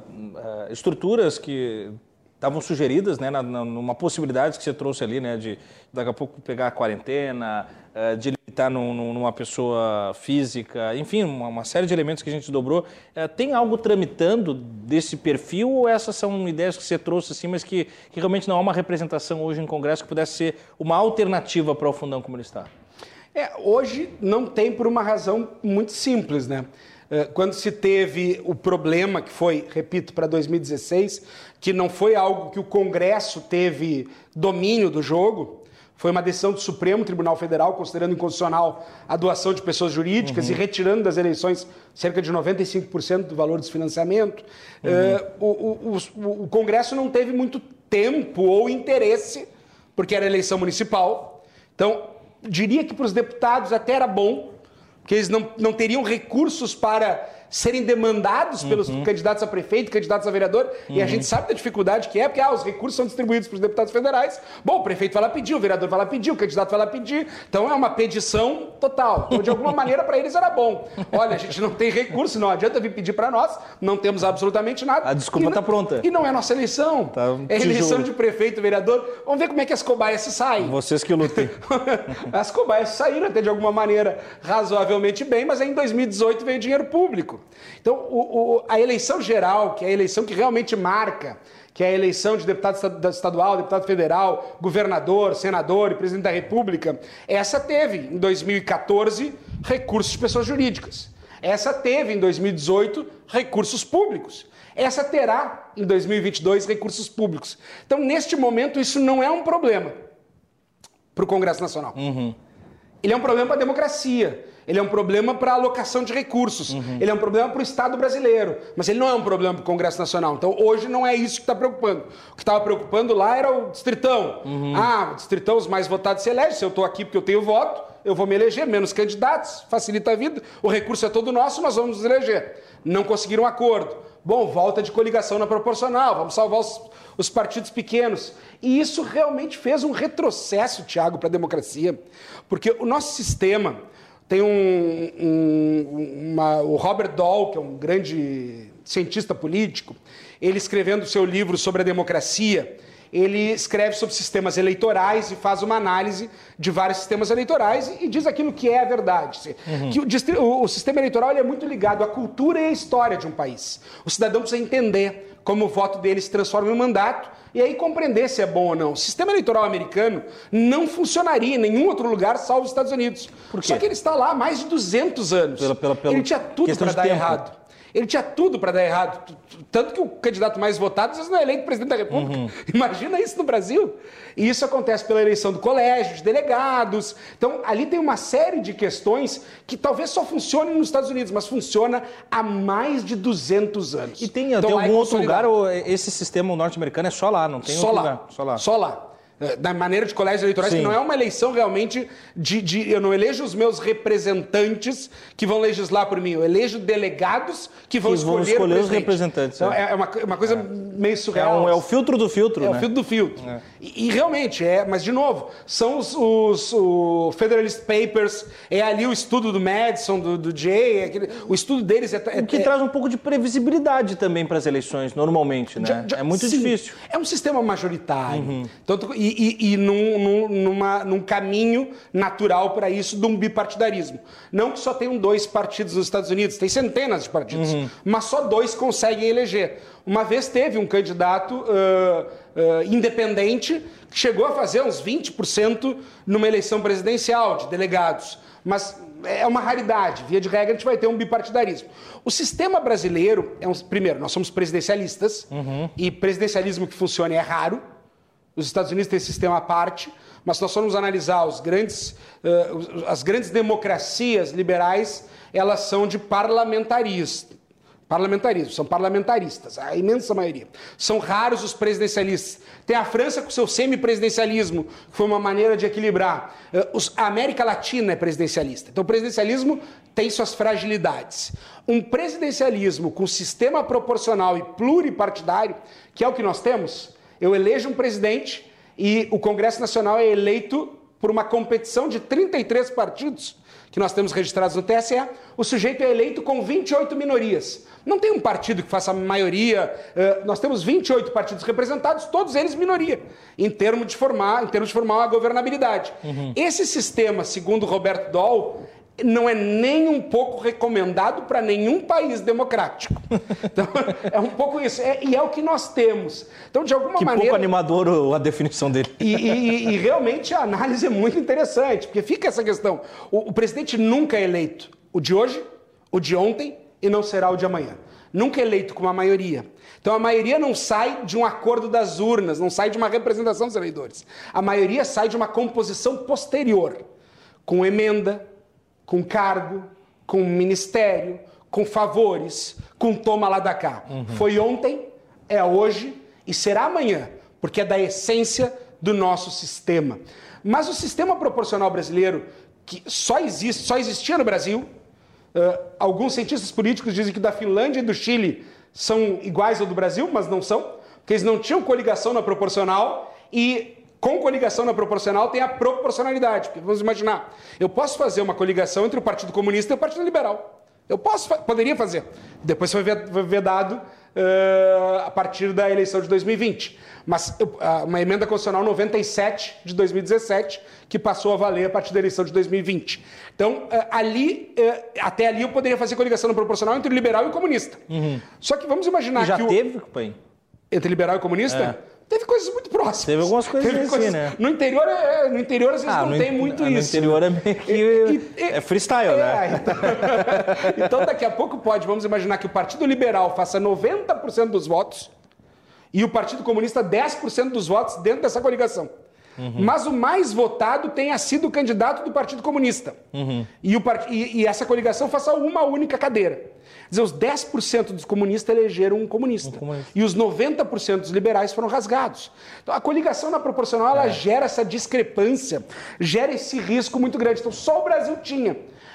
uh, estruturas que estavam sugeridas, né, na, na, numa possibilidade que você trouxe ali, né, de daqui a pouco pegar a quarentena, uh, de limitar num, numa pessoa física, enfim, uma, uma série de elementos que a gente dobrou. Uh, tem algo tramitando desse perfil ou essas são ideias que você trouxe assim, mas que, que realmente não há uma representação hoje em Congresso que pudesse ser uma alternativa para o fundão como ele está? É, hoje não tem por uma razão muito simples, né? Quando se teve o problema que foi, repito, para dois mil e dezesseis, que não foi algo que o Congresso teve domínio do jogo, foi uma decisão do Supremo Tribunal Federal, considerando inconstitucional a doação de pessoas jurídicas uhum. e retirando das eleições cerca de noventa e cinco por cento do valor desse financiamento. Uhum. Uh, o, o, o Congresso não teve muito tempo ou interesse, porque era eleição municipal. Então, diria que para os deputados até era bom, que eles não, não teriam recursos para serem demandados pelos uhum. candidatos a prefeito, candidatos a vereador, uhum. e a gente sabe da dificuldade que é, porque ah, os recursos são distribuídos para os deputados federais, bom, o prefeito vai lá pedir, o vereador vai lá pedir, o candidato vai lá pedir, então é uma petição total. Então, de alguma maneira, para eles era bom. Olha, a gente não tem recurso, não adianta vir pedir para nós, não temos absolutamente nada. A desculpa está pronta. E não é nossa eleição. Tá um é eleição tijolo. de prefeito, vereador. Vamos ver como é que as cobaias se saem. Vocês que lutem. As cobaias saíram até de alguma maneira razoavelmente bem, mas aí em dois mil e dezoito veio dinheiro público. Então, o, o, a eleição geral, que é a eleição que realmente marca, que é a eleição de deputado estadual, deputado federal, governador, senador e presidente da República, essa teve, em dois mil e quatorze, recursos de pessoas jurídicas. Essa teve, em dois mil e dezoito, recursos públicos. Essa terá, em dois mil e vinte e dois, recursos públicos. Então, neste momento, isso não é um problema para o Congresso Nacional. Uhum. Ele é um problema para a democracia. Ele é um problema para a alocação de recursos. Uhum. Ele é um problema para o Estado brasileiro. Mas ele não é um problema para o Congresso Nacional. Então, hoje não é isso que está preocupando. O que estava preocupando lá era o distritão. Uhum. Ah, o distritão, os mais votados se elegem. Se eu estou aqui porque eu tenho voto, eu vou me eleger. Menos candidatos, facilita a vida. O recurso é todo nosso, nós vamos nos eleger. Não conseguiram um acordo. Bom, volta de coligação na proporcional. Vamos salvar os, os partidos pequenos. E isso realmente fez um retrocesso, Thiago, para a democracia. Porque o nosso sistema... Tem um, um, uma, o Robert Dahl, que é um grande cientista político, ele escrevendo o seu livro sobre a democracia, ele escreve sobre sistemas eleitorais e faz uma análise de vários sistemas eleitorais e diz aquilo que é a verdade. Uhum. Que o, o, o sistema eleitoral ele é muito ligado à cultura e à história de um país. O cidadão precisa entender como o voto dele se transforma em um mandato e aí compreender se é bom ou não. O sistema eleitoral americano não funcionaria em nenhum outro lugar, salvo os Estados Unidos. Por quê? Só que ele está lá há mais de duzentos anos. Pela, pela, pela ele tinha tudo para dar tempo. errado. Ele tinha tudo para dar errado. Tanto que o candidato mais votado às vezes não é eleito presidente da República. Uhum. Imagina isso no Brasil. E isso acontece pela eleição do colégio, de delegados. Então, ali tem uma série de questões que talvez só funcionem nos Estados Unidos, mas funciona há mais de duzentos anos. E tem, então, tem algum é outro lugar ou esse sistema norte-americano é só lá? Não tem só outro lá. lugar? Só lá. Só lá. Da maneira de colégios eleitorais, Sim. que não é uma eleição realmente de, de... Eu não elejo os meus representantes que vão legislar por mim. Eu elejo delegados que vão que escolher, vão escolher o os representantes. Então, é, é uma, uma coisa é. meio surreal. É, um, é o filtro do filtro, É né? o filtro do filtro. É. E, e realmente, é, mas de novo, são os, os o Federalist Papers, é ali o estudo do Madison, do, do Jay, é aquele, o estudo deles é... é o que é, traz um pouco de previsibilidade também para as eleições, normalmente, né? Já, já, é muito sim, difícil. É um sistema majoritário. Uhum. Tanto, e e, e num, num, numa, num caminho natural para isso de um bipartidarismo. Não que só tenham dois partidos nos Estados Unidos, tem centenas de partidos, uhum. mas só dois conseguem eleger. Uma vez teve um candidato uh, uh, independente que chegou a fazer uns vinte por cento numa eleição presidencial de delegados, mas é uma raridade. Via de regra, a gente vai ter um bipartidarismo. O sistema brasileiro, é um, primeiro, nós somos presidencialistas, uhum. e presidencialismo que funciona é raro. Os Estados Unidos têm esse sistema à parte, mas se nós formos analisar os grandes, uh, as grandes democracias liberais, elas são de parlamentarismo. Parlamentarismo, são parlamentaristas, a imensa maioria. São raros os presidencialistas. Tem a França com seu semipresidencialismo, que foi uma maneira de equilibrar. Uh, os, a América Latina é presidencialista. Então o presidencialismo tem suas fragilidades. Um presidencialismo com sistema proporcional e pluripartidário, que é o que nós temos... Eu elejo um presidente e o Congresso Nacional é eleito por uma competição de trinta e três partidos que nós temos registrados no T S E. O sujeito é eleito com vinte e oito minorias. Não tem um partido que faça maioria. Nós temos vinte e oito partidos representados, todos eles minoria, em termos de formar, em termos de formar uma governabilidade. Uhum. Esse sistema, segundo Roberto Dahl, não é nem um pouco recomendado para nenhum país democrático. Então, é um pouco isso. É, e é o que nós temos. Então, de alguma que maneira... pouco animador a definição dele. E, e, e realmente a análise é muito interessante, porque fica essa questão. O, o presidente nunca é eleito. O de hoje, o de ontem e não será o de amanhã. Nunca é eleito com uma maioria. Então, a maioria não sai de um acordo das urnas, não sai de uma representação dos eleitores. A maioria sai de uma composição posterior, com emenda, com cargo, com ministério, com favores, com toma lá da cá. Uhum. Foi ontem, é hoje e será amanhã, porque é da essência do nosso sistema. Mas o sistema proporcional brasileiro, que só existe, só existia no Brasil, uh, alguns cientistas políticos dizem que da Finlândia e do Chile são iguais ao do Brasil, mas não são, porque eles não tinham coligação na proporcional e Com coligação na proporcional tem a proporcionalidade. Porque vamos imaginar, eu posso fazer uma coligação entre o Partido Comunista e o Partido Liberal. Eu posso, poderia fazer. Depois foi vedado uh, a partir da eleição de dois mil e vinte. Mas uh, uma emenda constitucional noventa e sete de dois mil e dezessete, que passou a valer a partir da eleição de dois mil e vinte. Então, uh, ali, uh, até ali eu poderia fazer coligação no proporcional entre o liberal e o comunista. Uhum. Só que vamos imaginar e já que... Já teve, companheiro? Entre liberal e comunista? É. Teve coisas muito próximas. Teve algumas coisas Teve assim, coisas... né? No interior, é... no interior às vezes ah, não tem muito no isso. No interior é meio que... E, e, é freestyle, é, né? Então... então, daqui a pouco pode, vamos imaginar que o Partido Liberal faça noventa por cento dos votos e o Partido Comunista dez por cento dos votos dentro dessa coligação. Uhum. Mas o mais votado tenha sido o candidato do Partido Comunista. Uhum. E, o part... e, e essa coligação faça uma única cadeira. Quer dizer, os dez por cento dos comunistas elegeram um comunista. Um comunista. E os noventa por cento dos liberais foram rasgados. Então, a coligação na proporcional, ela é. gera essa discrepância, gera esse risco muito grande. Então, só o Brasil tinha.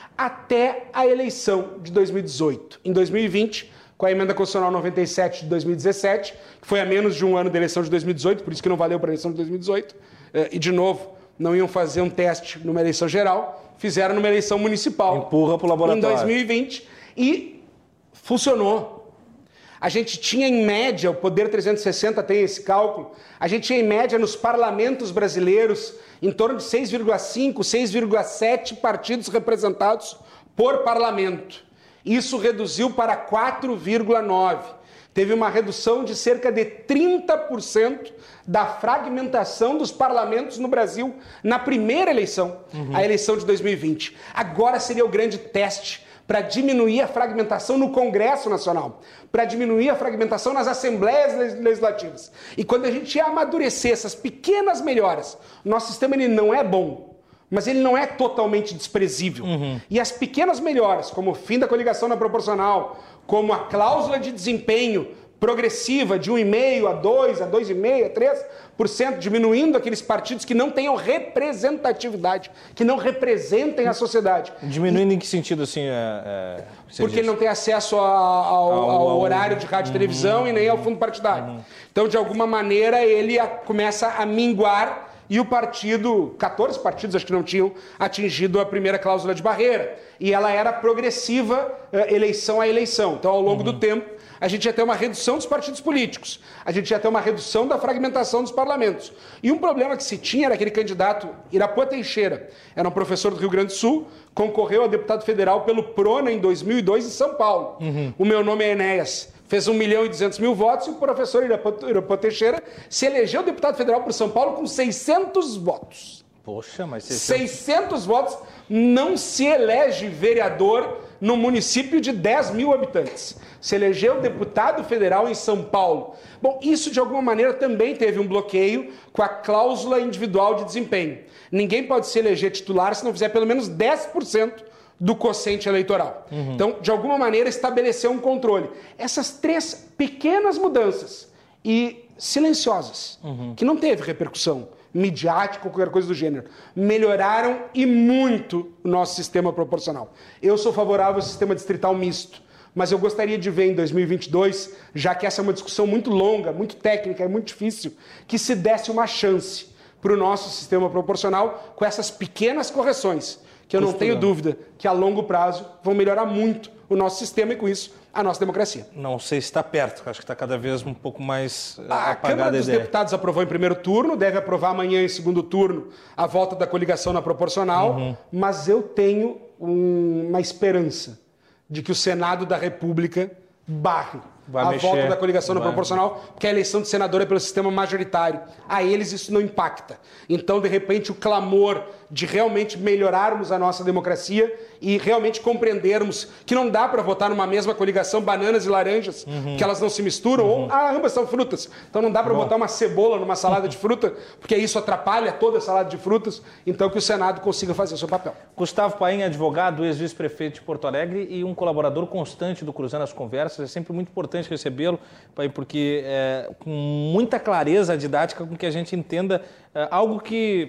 Até a eleição de dois mil e dezoito. Em dois mil e vinte, com a emenda constitucional noventa e sete de dois mil e dezessete, que foi a menos de um ano da eleição de dois mil e dezoito, por isso que não valeu para a eleição de dois mil e dezoito. E, de novo, não iam fazer um teste numa eleição geral, fizeram numa eleição municipal. Empurra para o laboratório. Em dois mil e vinte. E funcionou. A gente tinha em média, o Poder trezentos e sessenta tem esse cálculo, a gente tinha em média nos parlamentos brasileiros em torno de seis vírgula cinco, seis vírgula sete partidos representados por parlamento. Isso reduziu para quatro vírgula nove. Teve uma redução de cerca de trinta por cento da fragmentação dos parlamentos no Brasil na primeira eleição, uhum. a eleição de dois mil e vinte. Agora seria o grande teste para diminuir a fragmentação no Congresso Nacional, para diminuir a fragmentação nas assembleias legislativas. E quando a gente amadurecer essas pequenas melhoras, nosso sistema ele não é bom, mas ele não é totalmente desprezível. Uhum. E as pequenas melhoras, como o fim da coligação na proporcional, como a cláusula de desempenho progressiva de um vírgula cinco a dois, a dois vírgula cinco, a três por cento, diminuindo aqueles partidos que não tenham representatividade, que não representem a sociedade. Diminuindo e... em que sentido, assim? É, é... Porque diz? Ele não tem acesso a, ao, ao, ao horário de rádio e televisão uhum. e nem ao fundo partidário. Uhum. Então, de alguma maneira, ele a, começa a minguar e o partido, quatorze partidos acho que não tinham atingido a primeira cláusula de barreira. E ela era progressiva, eleição a eleição. Então, ao longo uhum. do tempo, a gente ia ter uma redução dos partidos políticos, a gente ia ter uma redução da fragmentação dos parlamentos. E um problema que se tinha era aquele candidato Irapuã Teixeira, era um professor do Rio Grande do Sul, concorreu a deputado federal pelo PRONA em dois mil e dois em São Paulo. Uhum. O meu nome é Enéas. Fez um milhão e duzentos mil votos e o professor Irapuã Teixeira se elegeu deputado federal por São Paulo com seiscentos votos. Poxa, mas... seiscentos... seiscentos votos, não se elege vereador no município de dez mil habitantes. Se elegeu deputado federal em São Paulo. Bom, isso de alguma maneira também teve um bloqueio com a cláusula individual de desempenho. Ninguém pode se eleger titular se não fizer pelo menos dez por cento do quociente eleitoral. Uhum. Então, de alguma maneira, estabeleceu um controle. Essas três pequenas mudanças e silenciosas, uhum. que não teve repercussão midiática ou qualquer coisa do gênero, melhoraram e muito o nosso sistema proporcional. Eu sou favorável ao sistema distrital misto, mas eu gostaria de ver em dois mil e vinte e dois, já que essa é uma discussão muito longa, muito técnica, é muito difícil, que se desse uma chance para o nosso sistema proporcional com essas pequenas correções, que eu não tenho dúvida que a longo prazo vão melhorar muito o nosso sistema e, com isso, a nossa democracia. Não sei se está perto, acho que está cada vez um pouco mais a apagada Câmara dos a ideia. Deputados aprovou em primeiro turno, deve aprovar amanhã em segundo turno a volta da coligação na proporcional, uhum. mas eu tenho um, uma esperança de que o Senado da República barre Vai a mexer, volta da coligação vai. na proporcional, porque a eleição de senador é pelo sistema majoritário. A eles isso não impacta. Então, de repente, o clamor de realmente melhorarmos a nossa democracia e realmente compreendermos que não dá para votar numa mesma coligação bananas e laranjas, uhum. que elas não se misturam, uhum. ou ah, ambas são frutas. Então não dá para botar uma cebola numa salada de fruta, porque isso atrapalha toda a salada de frutas. Então que o Senado consiga fazer o seu papel. Gustavo Paim, advogado, ex-vice-prefeito de Porto Alegre e um colaborador constante do Cruzando as Conversas. É sempre muito importante recebê-lo, Paim, porque é, com muita clareza didática, com que a gente entenda é, algo que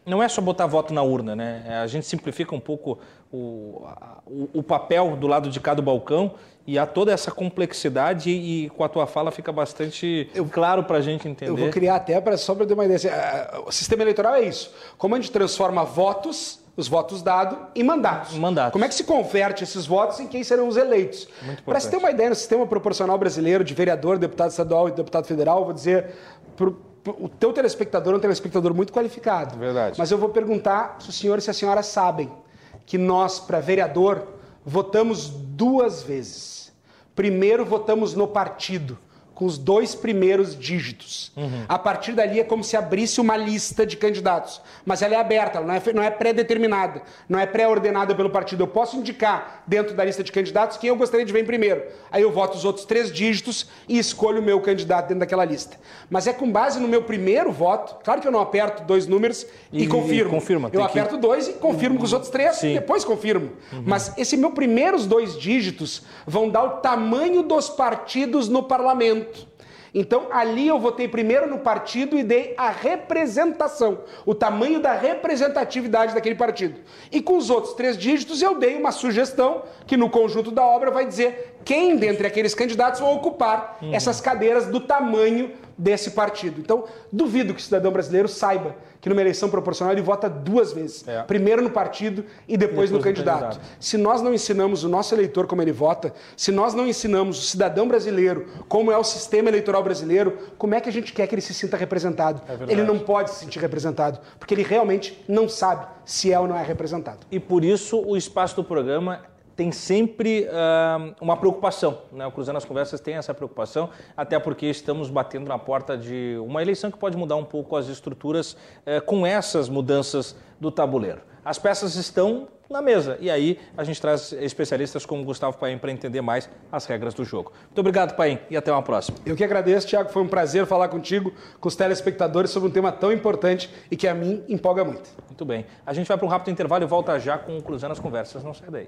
não é só botar voto na urna, né? A gente simplifica um pouco o, o, o papel do lado de cá do balcão e há toda essa complexidade e com a tua fala fica bastante eu, claro para a gente entender. Eu vou criar até, pra, só para ter uma ideia, o sistema eleitoral é isso. Como a gente transforma votos, os votos dados, em mandatos. mandatos. Como é que se converte esses votos em quem serão os eleitos? Para se ter uma ideia, no sistema proporcional brasileiro de vereador, deputado estadual e deputado federal, eu vou dizer, pro, pro, o teu telespectador é um telespectador muito qualificado. Verdade. Mas eu vou perguntar se o senhor e se a senhora sabem que nós, para vereador, votamos duas vezes. Primeiro, votamos no partido, com os dois primeiros dígitos. Uhum. A partir dali é como se abrisse uma lista de candidatos. Mas ela é aberta, ela não é, não é pré-determinada, não é pré-ordenada pelo partido. Eu posso indicar dentro da lista de candidatos quem eu gostaria de ver em primeiro. Aí eu voto os outros três dígitos e escolho o meu candidato dentro daquela lista. Mas é com base no meu primeiro voto. Claro que eu não aperto dois números e, e confirmo. E confirma, eu aperto que... dois e confirmo uhum. com os outros três Sim. e depois confirmo. Uhum. Mas esses meus primeiros dois dígitos vão dar o tamanho dos partidos no parlamento. Então, ali eu votei primeiro no partido e dei a representação, o tamanho da representatividade daquele partido. E com os outros três dígitos eu dei uma sugestão que no conjunto da obra vai dizer quem dentre aqueles candidatos vão ocupar uhum. essas cadeiras do tamanho desse partido. Então, duvido que o cidadão brasileiro saiba que numa eleição proporcional ele vota duas vezes. É. Primeiro no partido e depois, depois no candidato. candidato. Se nós não ensinamos o nosso eleitor como ele vota, se nós não ensinamos o cidadão brasileiro como é o sistema eleitoral brasileiro, como é que a gente quer que ele se sinta representado? É ele não pode se sentir representado, porque ele realmente não sabe se é ou não é representado. E por isso o espaço do programa tem sempre uh, uma preocupação, né? O Cruzando as Conversas tem essa preocupação, até porque estamos batendo na porta de uma eleição que pode mudar um pouco as estruturas uh, com essas mudanças do tabuleiro. As peças estão na mesa e aí a gente traz especialistas como Gustavo Paim para entender mais as regras do jogo. Muito obrigado, Paim, e até uma próxima. Eu que agradeço, Thiago, foi um prazer falar contigo, com os telespectadores sobre um tema tão importante e que a mim empolga muito. Muito bem, a gente vai para um rápido intervalo e volta já com o Cruzando as Conversas, não sai daí.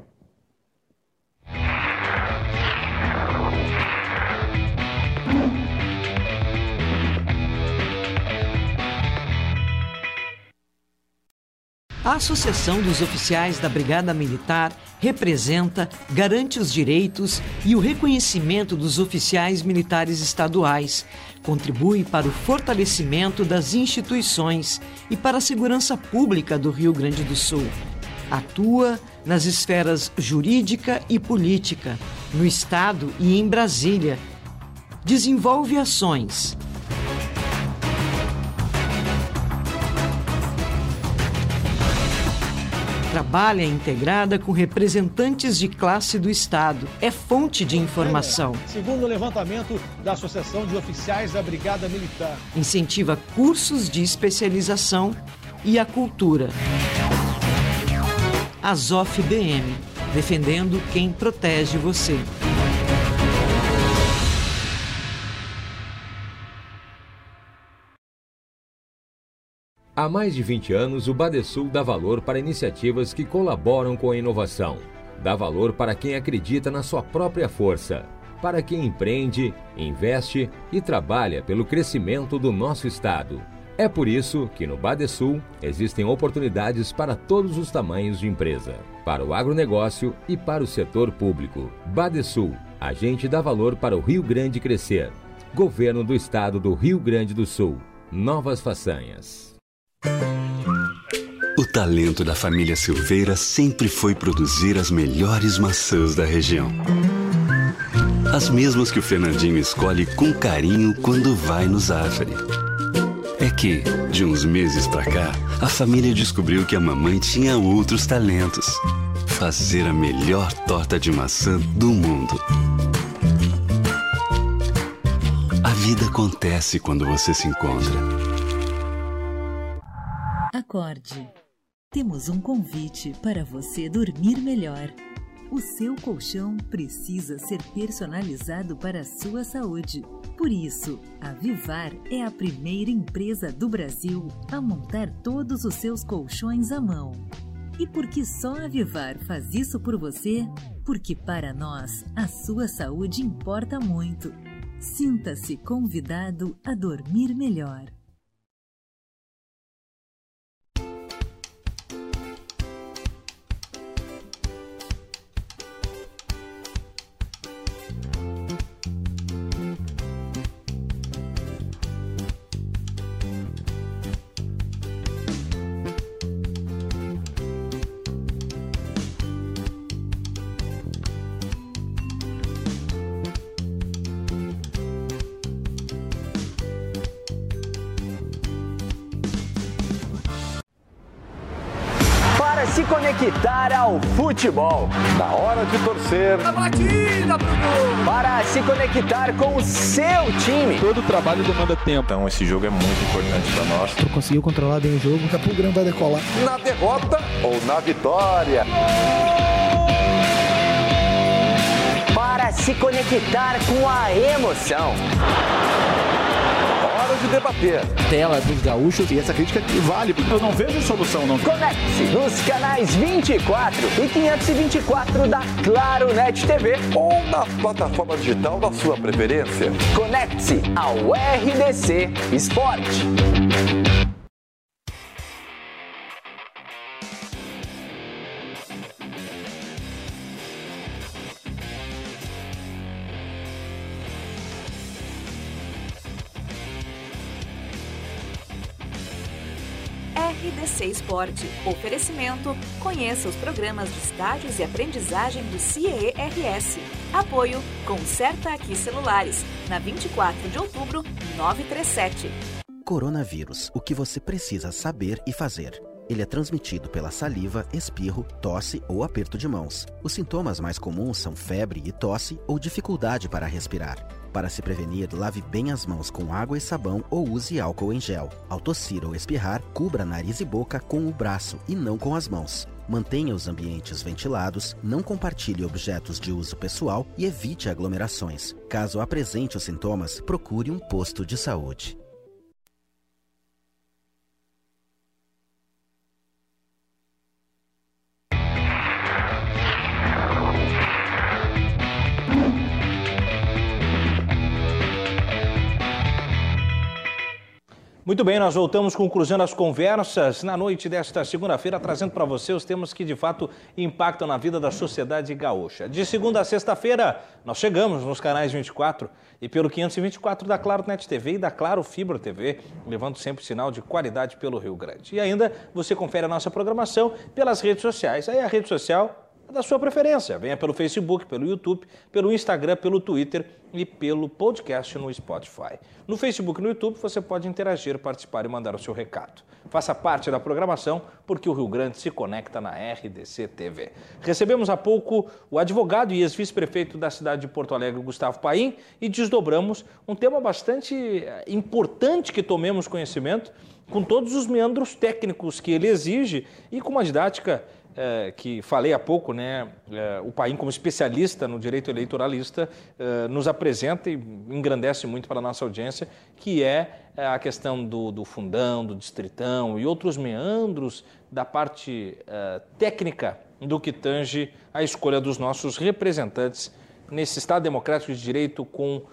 A Associação dos Oficiais da Brigada Militar representa, garante os direitos e o reconhecimento dos oficiais militares estaduais, contribui para o fortalecimento das instituições e para a segurança pública do Rio Grande do Sul. Atua nas esferas jurídica e política, no Estado e em Brasília. Desenvolve ações. Trabalha integrada com representantes de classe do Estado. É fonte de informação. Segundo o levantamento da Associação de Oficiais da Brigada Militar. Incentiva cursos de especialização e a cultura. Azof B M, defendendo quem protege você. Há mais de vinte anos, o Badesul dá valor para iniciativas que colaboram com a inovação. Dá valor para quem acredita na sua própria força, para quem empreende, investe e trabalha pelo crescimento do nosso estado. É por isso que no Badesul existem oportunidades para todos os tamanhos de empresa, para o agronegócio e para o setor público. Badesul, a gente dá valor para o Rio Grande crescer. Governo do Estado do Rio Grande do Sul. Novas façanhas. O talento da família Silveira sempre foi produzir as melhores maçãs da região. As mesmas que o Fernandinho escolhe com carinho quando vai no Zafari. É que, de uns meses pra cá, a família descobriu que a mamãe tinha outros talentos. Fazer a melhor torta de maçã do mundo. A vida acontece quando você se encontra. Acorde. Temos um convite para você dormir melhor. O seu colchão precisa ser personalizado para a sua saúde. Por isso, a Vivar é a primeira empresa do Brasil a montar todos os seus colchões à mão. E por que só a Vivar faz isso por você? Porque para nós, a sua saúde importa muito. Sinta-se convidado a dormir melhor. se conectar ao futebol. Na hora de torcer. A batida, Bruno! Para se conectar com o seu time. Todo o trabalho demanda tempo. Então esse jogo é muito importante para nós. Tu conseguiu controlar bem o jogo, daqui a pouco o Grêmio vai decolar. Na derrota ou na vitória. Para se conectar com a emoção. Hora de debater. Tela dos gaúchos. E essa crítica vale, porque eu não vejo solução, não. Conecte-se nos canais vinte e quatro e quinhentos e vinte e quatro da Claro Net T V. Ou na plataforma digital da sua preferência. Conecte-se ao R D C Esporte. R D C Esporte. Oferecimento. Conheça os programas de estágios e aprendizagem do C I E R S. Apoio. Conserta Aqui Celulares. Na vinte e quatro de outubro, novecentos e trinta e sete. Coronavírus. O que você precisa saber e fazer. Ele é transmitido pela saliva, espirro, tosse ou aperto de mãos. Os sintomas mais comuns são febre e tosse ou dificuldade para respirar. Para se prevenir, lave bem as mãos com água e sabão ou use álcool em gel. Ao tossir ou espirrar, cubra nariz e boca com o braço e não com as mãos. Mantenha os ambientes ventilados, não compartilhe objetos de uso pessoal e evite aglomerações. Caso apresente os sintomas, procure um posto de saúde. Muito bem, nós voltamos com o Cruzando as Conversas na noite desta segunda-feira, trazendo para você os temas que de fato impactam na vida da sociedade gaúcha. De segunda a sexta-feira, nós chegamos nos canais vinte e quatro e pelo quinhentos e vinte e quatro da Claro Net T V e da Claro Fibra T V, levando sempre sinal de qualidade pelo Rio Grande. E ainda você confere a nossa programação pelas redes sociais. Aí a rede social é da sua preferência. Venha pelo Facebook, pelo YouTube, pelo Instagram, pelo Twitter e pelo podcast no Spotify. No Facebook e no YouTube você pode interagir, participar e mandar o seu recado. Faça parte da programação, porque o Rio Grande se conecta na R D C T V. Recebemos há pouco o advogado e ex-vice-prefeito da cidade de Porto Alegre, Gustavo Paim, e desdobramos um tema bastante importante que tomemos conhecimento, com todos os meandros técnicos que ele exige e com uma didática É, que falei há pouco, né, é, o Paim, como especialista no direito eleitoralista, é, nos apresenta e engrandece muito para a nossa audiência, que é, é a questão do, do fundão, do distritão e outros meandros da parte é, técnica do que tange a escolha dos nossos representantes nesse Estado democrático de direito com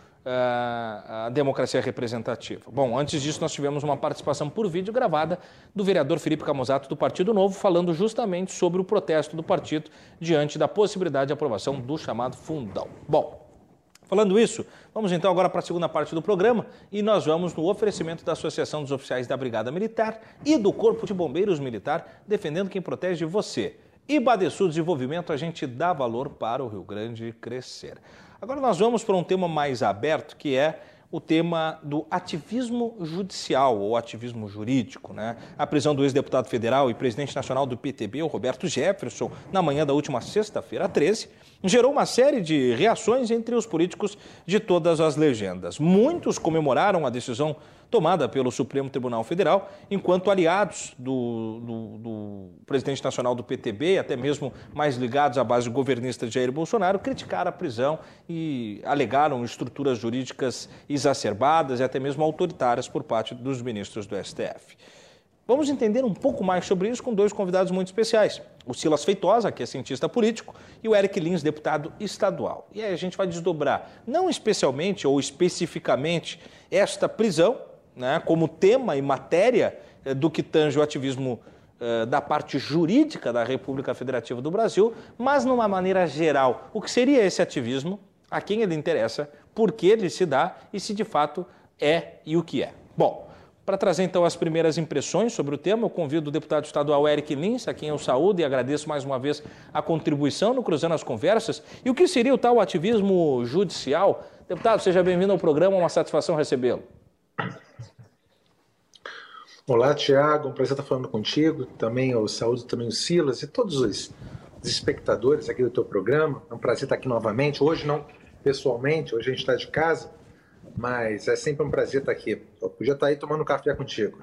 a democracia representativa. Bom, antes disso nós tivemos uma participação por vídeo gravada do vereador Felipe Camozato do Partido Novo, falando justamente sobre o protesto do partido diante da possibilidade de aprovação do chamado fundão. Bom, falando isso, vamos então agora para a segunda parte do programa e nós vamos no oferecimento da Associação dos Oficiais da Brigada Militar e do Corpo de Bombeiros Militar, defendendo quem protege você. E Badesul Desenvolvimento, a gente dá valor para o Rio Grande crescer. Agora nós vamos para um tema mais aberto, que é o tema do ativismo judicial ou ativismo jurídico, né? A prisão do ex-deputado federal e presidente nacional do P T B, o Roberto Jefferson, na manhã da última sexta-feira, treze, gerou uma série de reações entre os políticos de todas as legendas. Muitos comemoraram a decisão tomada pelo Supremo Tribunal Federal, enquanto aliados do, do, do presidente nacional do P T B, até mesmo mais ligados à base governista de Jair Bolsonaro, criticaram a prisão e alegaram estruturas jurídicas exacerbadas e até mesmo autoritárias por parte dos ministros do S T F. Vamos entender um pouco mais sobre isso com dois convidados muito especiais. O Silas Feitosa, que é cientista político, e o Eric Lins, deputado estadual. E aí a gente vai desdobrar, não especialmente ou especificamente, esta prisão, né, como tema e matéria eh, do que tange o ativismo eh, da parte jurídica da República Federativa do Brasil, mas numa maneira geral, o que seria esse ativismo, a quem ele interessa, por que ele se dá e se de fato é e o que é. Bom, para trazer então as primeiras impressões sobre o tema, eu convido o deputado estadual Eric Lins, a quem eu saúdo e agradeço mais uma vez a contribuição no Cruzando as Conversas. E o que seria o tal ativismo judicial? Deputado, seja bem-vindo ao programa, uma satisfação recebê-lo. Olá, Tiago, um prazer estar falando contigo, também eu saúdo também o Silas e todos os espectadores aqui do teu programa. É um prazer estar aqui novamente, hoje não pessoalmente, hoje a gente está de casa, mas é sempre um prazer estar aqui. Eu podia estar aí tomando café contigo.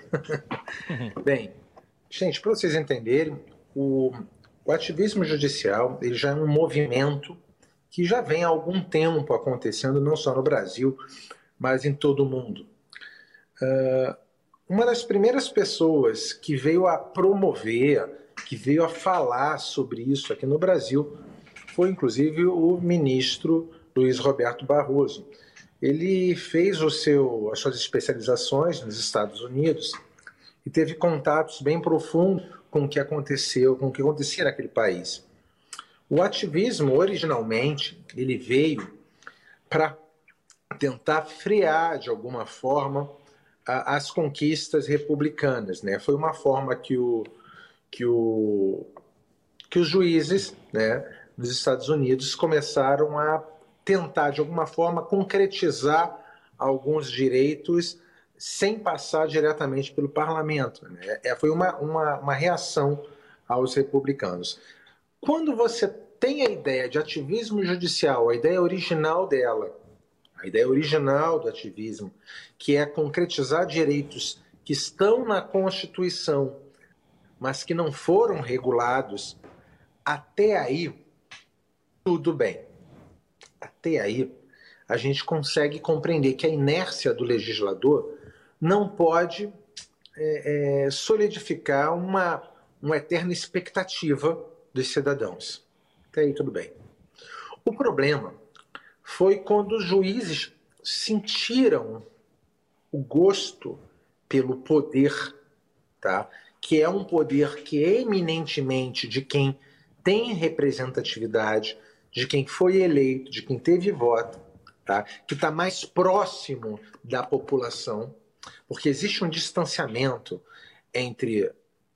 Bem, gente, para vocês entenderem, o, o ativismo judicial ele já é um movimento que já vem há algum tempo acontecendo, não só no Brasil, mas em todo o mundo. Uh, uma das primeiras pessoas que veio a promover, que veio a falar sobre isso aqui no Brasil, foi inclusive o ministro Luiz Roberto Barroso. Ele fez o seu, as suas especializações nos Estados Unidos e teve contatos bem profundos com o que aconteceu, com o que acontecia naquele país. O ativismo, originalmente, ele veio para tentar frear, de alguma forma, a, as conquistas republicanas, né? Foi uma forma que, o, que, o, que os juízes, né, dos Estados Unidos começaram a tentar, de alguma forma, concretizar alguns direitos sem passar diretamente pelo parlamento, né? É, foi uma, uma, uma reação aos republicanos. Quando você tem a ideia de ativismo judicial, a ideia original dela, a ideia original do ativismo, que é concretizar direitos que estão na Constituição, mas que não foram regulados, até aí, tudo bem. Até aí, a gente consegue compreender que a inércia do legislador não pode é, é, solidificar uma, uma eterna expectativa dos cidadãos. Até aí tudo bem. O problema foi quando os juízes sentiram o gosto pelo poder, tá? Que é um poder que é eminentemente de quem tem representatividade, de quem foi eleito, de quem teve voto, tá? Que está mais próximo da população, porque existe um distanciamento entre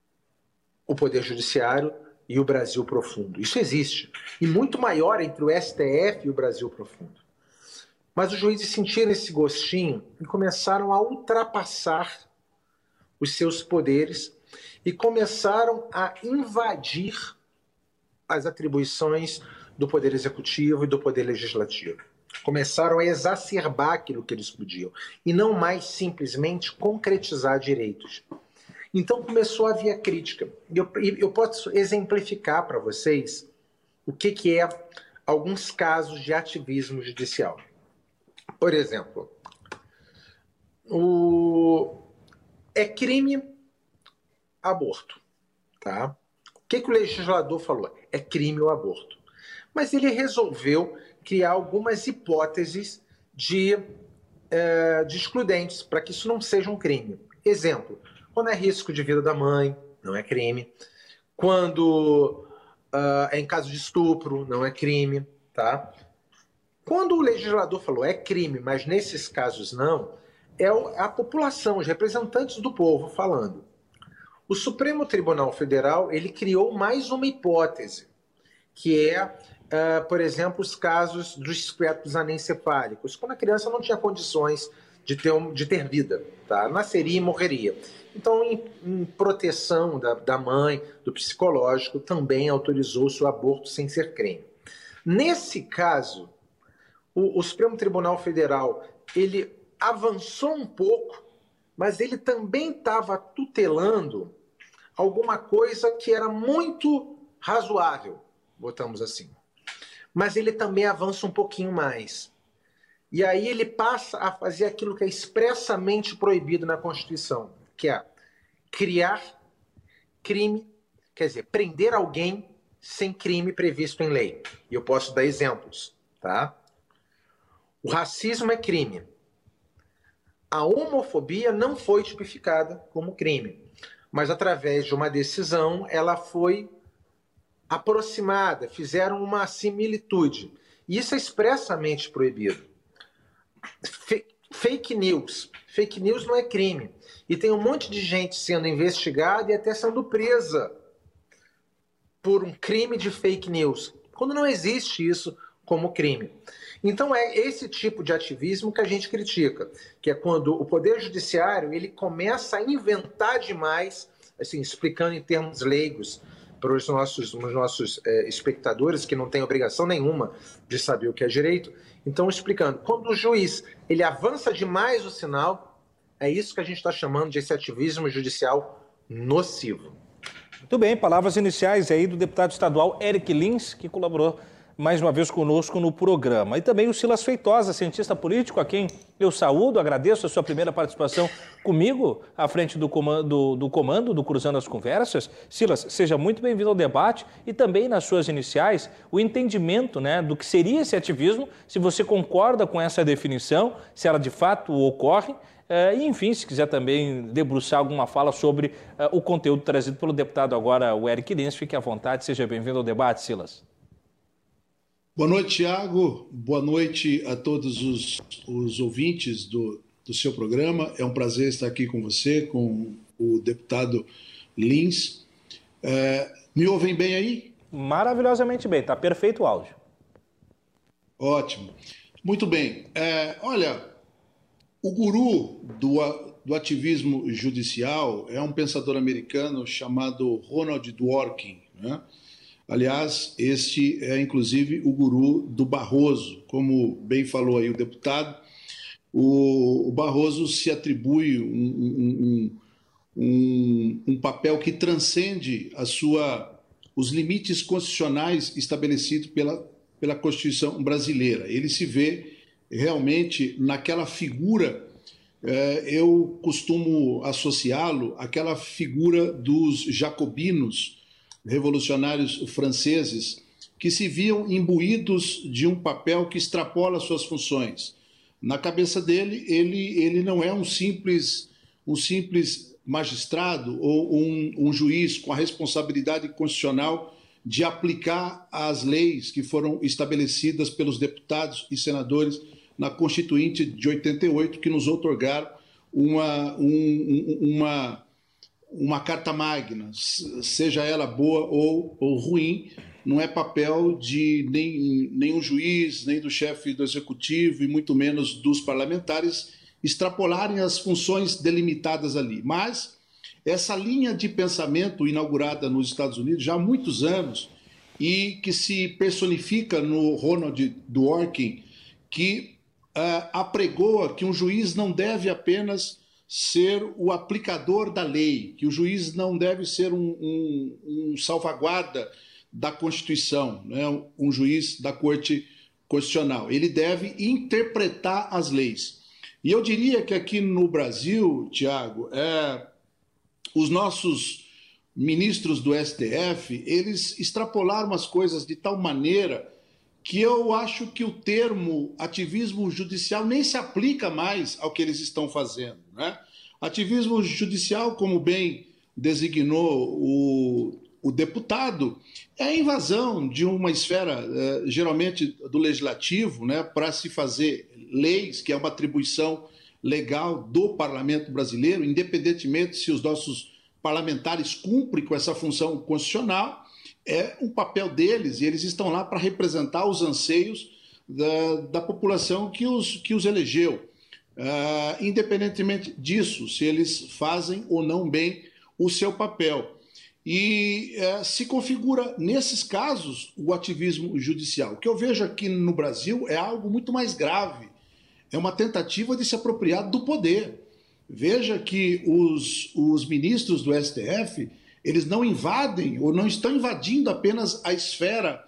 o poder judiciário e o Brasil profundo. Isso existe. E muito maior entre o S T F e o Brasil profundo. Mas os juízes sentiram esse gostinho e começaram a ultrapassar os seus poderes e começaram a invadir as atribuições do Poder Executivo e do Poder Legislativo. Começaram a exacerbar aquilo que eles podiam e não mais simplesmente concretizar direitos. Então começou a haver a crítica. Eu, eu posso exemplificar para vocês o que, que é alguns casos de ativismo judicial. Por exemplo, o... é crime aborto. Tá? O que, que o legislador falou? É crime o aborto. Mas ele resolveu criar algumas hipóteses de, é, de excludentes para que isso não seja um crime. Exemplo, quando é risco de vida da mãe, não é crime. Quando uh, é em caso de estupro, não é crime. Tá? Quando o legislador falou é crime, mas nesses casos não, é a população, os representantes do povo falando. O Supremo Tribunal Federal ele criou mais uma hipótese, que é, uh, por exemplo, os casos dos fetos anencefálicos, quando a criança não tinha condições de ter, um, de ter vida, tá? Nasceria e morreria. Então, em, em proteção da, da mãe, do psicológico, também autorizou-se o aborto sem ser crime. Nesse caso, o, o Supremo Tribunal Federal ele avançou um pouco, mas ele também estava tutelando alguma coisa que era muito razoável, botamos assim. Mas ele também avança um pouquinho mais. E aí ele passa a fazer aquilo que é expressamente proibido na Constituição, que é criar crime, quer dizer, prender alguém sem crime previsto em lei. E eu posso dar exemplos, tá? O racismo é crime. A homofobia não foi tipificada como crime, mas através de uma decisão ela foi aproximada, fizeram uma similitude. E isso é expressamente proibido. Fake news. Fake news não é crime. E tem um monte de gente sendo investigada e até sendo presa por um crime de fake news. Quando não existe isso como crime. Então é esse tipo de ativismo que a gente critica, que é quando o Poder Judiciário ele começa a inventar demais, assim, explicando em termos leigos para os nossos, os nossos é, espectadores, que não têm obrigação nenhuma de saber o que é direito. Então, explicando, quando o juiz ele avança demais o sinal, é isso que a gente está chamando de esse ativismo judicial nocivo. Muito bem, palavras iniciais aí do deputado estadual Eric Lins, que colaborou mais uma vez conosco no programa. E também o Silas Feitosa, cientista político, a quem eu saúdo, agradeço a sua primeira participação comigo à frente do comando do, comando, do Cruzando as Conversas. Silas, seja muito bem-vindo ao debate e também nas suas iniciais o entendimento, né, do que seria esse ativismo, se você concorda com essa definição, se ela de fato ocorre. Uh, e, enfim, se quiser também debruçar alguma fala sobre uh, o conteúdo trazido pelo deputado agora, o Eric Lins, fique à vontade, seja bem-vindo ao debate, Silas. Boa noite, Thiago. Boa noite a todos os, os ouvintes do, do seu programa. É um prazer estar aqui com você, com o deputado Lins. É, me ouvem bem aí? Maravilhosamente bem, está perfeito o áudio. Ótimo. Muito bem. É, olha, o guru do, do ativismo judicial é um pensador americano chamado Ronald Dworkin, né? Aliás, este é inclusive o guru do Barroso, como bem falou aí o deputado. O, o Barroso se atribui um, um, um, um papel que transcende a sua, os limites constitucionais estabelecidos pela, pela Constituição brasileira. Ele se vê realmente naquela figura, eh, eu costumo associá-lo àquela figura dos jacobinos, revolucionários franceses, que se viam imbuídos de um papel que extrapola suas funções. Na cabeça dele, ele, ele não é um simples, um simples magistrado ou um, um juiz com a responsabilidade constitucional de aplicar as leis que foram estabelecidas pelos deputados e senadores na Constituinte de oitenta e oito, que nos outorgaram uma, um, uma uma carta magna, seja ela boa ou, ou ruim, não é papel de nem, nenhum juiz, nem do chefe do executivo e muito menos dos parlamentares extrapolarem as funções delimitadas ali. Mas essa linha de pensamento inaugurada nos Estados Unidos já há muitos anos e que se personifica no Ronald Dworkin, que uh, apregoa que um juiz não deve apenas ser o aplicador da lei, que o juiz não deve ser um, um, um salvaguarda da Constituição, né? Um juiz da Corte Constitucional. Ele deve interpretar as leis. E eu diria que aqui no Brasil, Tiago, é, os nossos ministros do S T F, eles extrapolaram as coisas de tal maneira que eu acho que o termo ativismo judicial nem se aplica mais ao que eles estão fazendo, né? Ativismo judicial, como bem designou o, o deputado, é a invasão de uma esfera, eh, geralmente do legislativo, né, para se fazer leis, que é uma atribuição legal do parlamento brasileiro, independentemente se os nossos parlamentares cumprem com essa função constitucional, é um papel deles e eles estão lá para representar os anseios da, da população que os, que os elegeu. Uh, independentemente disso, se eles fazem ou não bem o seu papel. E uh, se configura, nesses casos, o ativismo judicial. O que eu vejo aqui no Brasil é algo muito mais grave. É uma tentativa de se apropriar do poder. Veja que os, os ministros do S T F, eles não invadem ou não estão invadindo apenas a esfera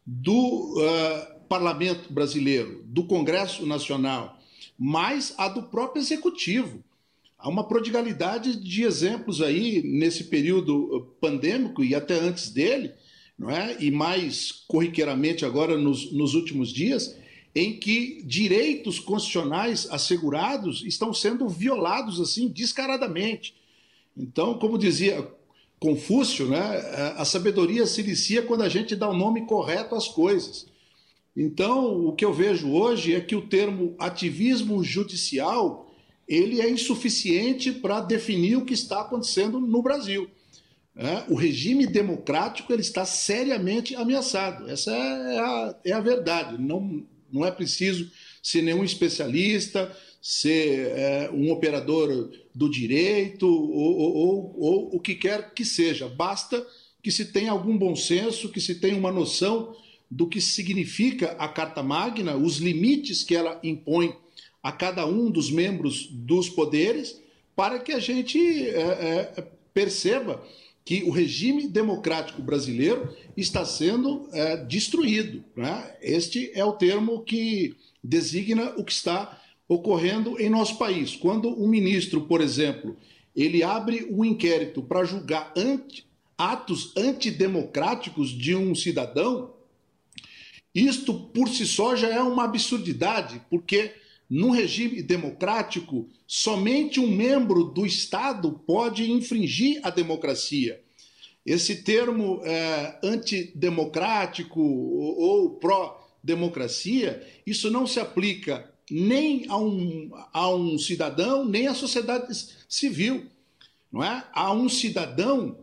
do uh, Parlamento brasileiro, do Congresso Nacional, mas a do próprio Executivo. Há uma prodigalidade de exemplos aí nesse período pandêmico e até antes dele, não é? E mais corriqueiramente agora nos, nos últimos dias, em que direitos constitucionais assegurados estão sendo violados assim descaradamente. Então, como dizia Confúcio, né, a sabedoria se inicia quando a gente dá o nome correto às coisas. Então, o que eu vejo hoje é que o termo ativismo judicial ele é insuficiente para definir o que está acontecendo no Brasil. É, o regime democrático ele está seriamente ameaçado. Essa é a, é a verdade. Não, não é preciso ser nenhum especialista, ser é, um operador do direito ou, ou, ou, ou o que quer que seja. Basta que se tenha algum bom senso, que se tenha uma noção do que significa a Carta Magna, os limites que ela impõe a cada um dos membros dos poderes, para que a gente é, é, perceba que o regime democrático brasileiro está sendo é, destruído, né? Este é o termo que designa o que está ocorrendo em nosso país. Quando um ministro, por exemplo, ele abre um inquérito para julgar anti, atos antidemocráticos de um cidadão, isto por si só já é uma absurdidade, porque num regime democrático, somente um membro do Estado pode infringir a democracia. Esse termo é, antidemocrático ou, ou pró-democracia, isso não se aplica nem a um, a um cidadão, nem à sociedade civil. Não é? A um cidadão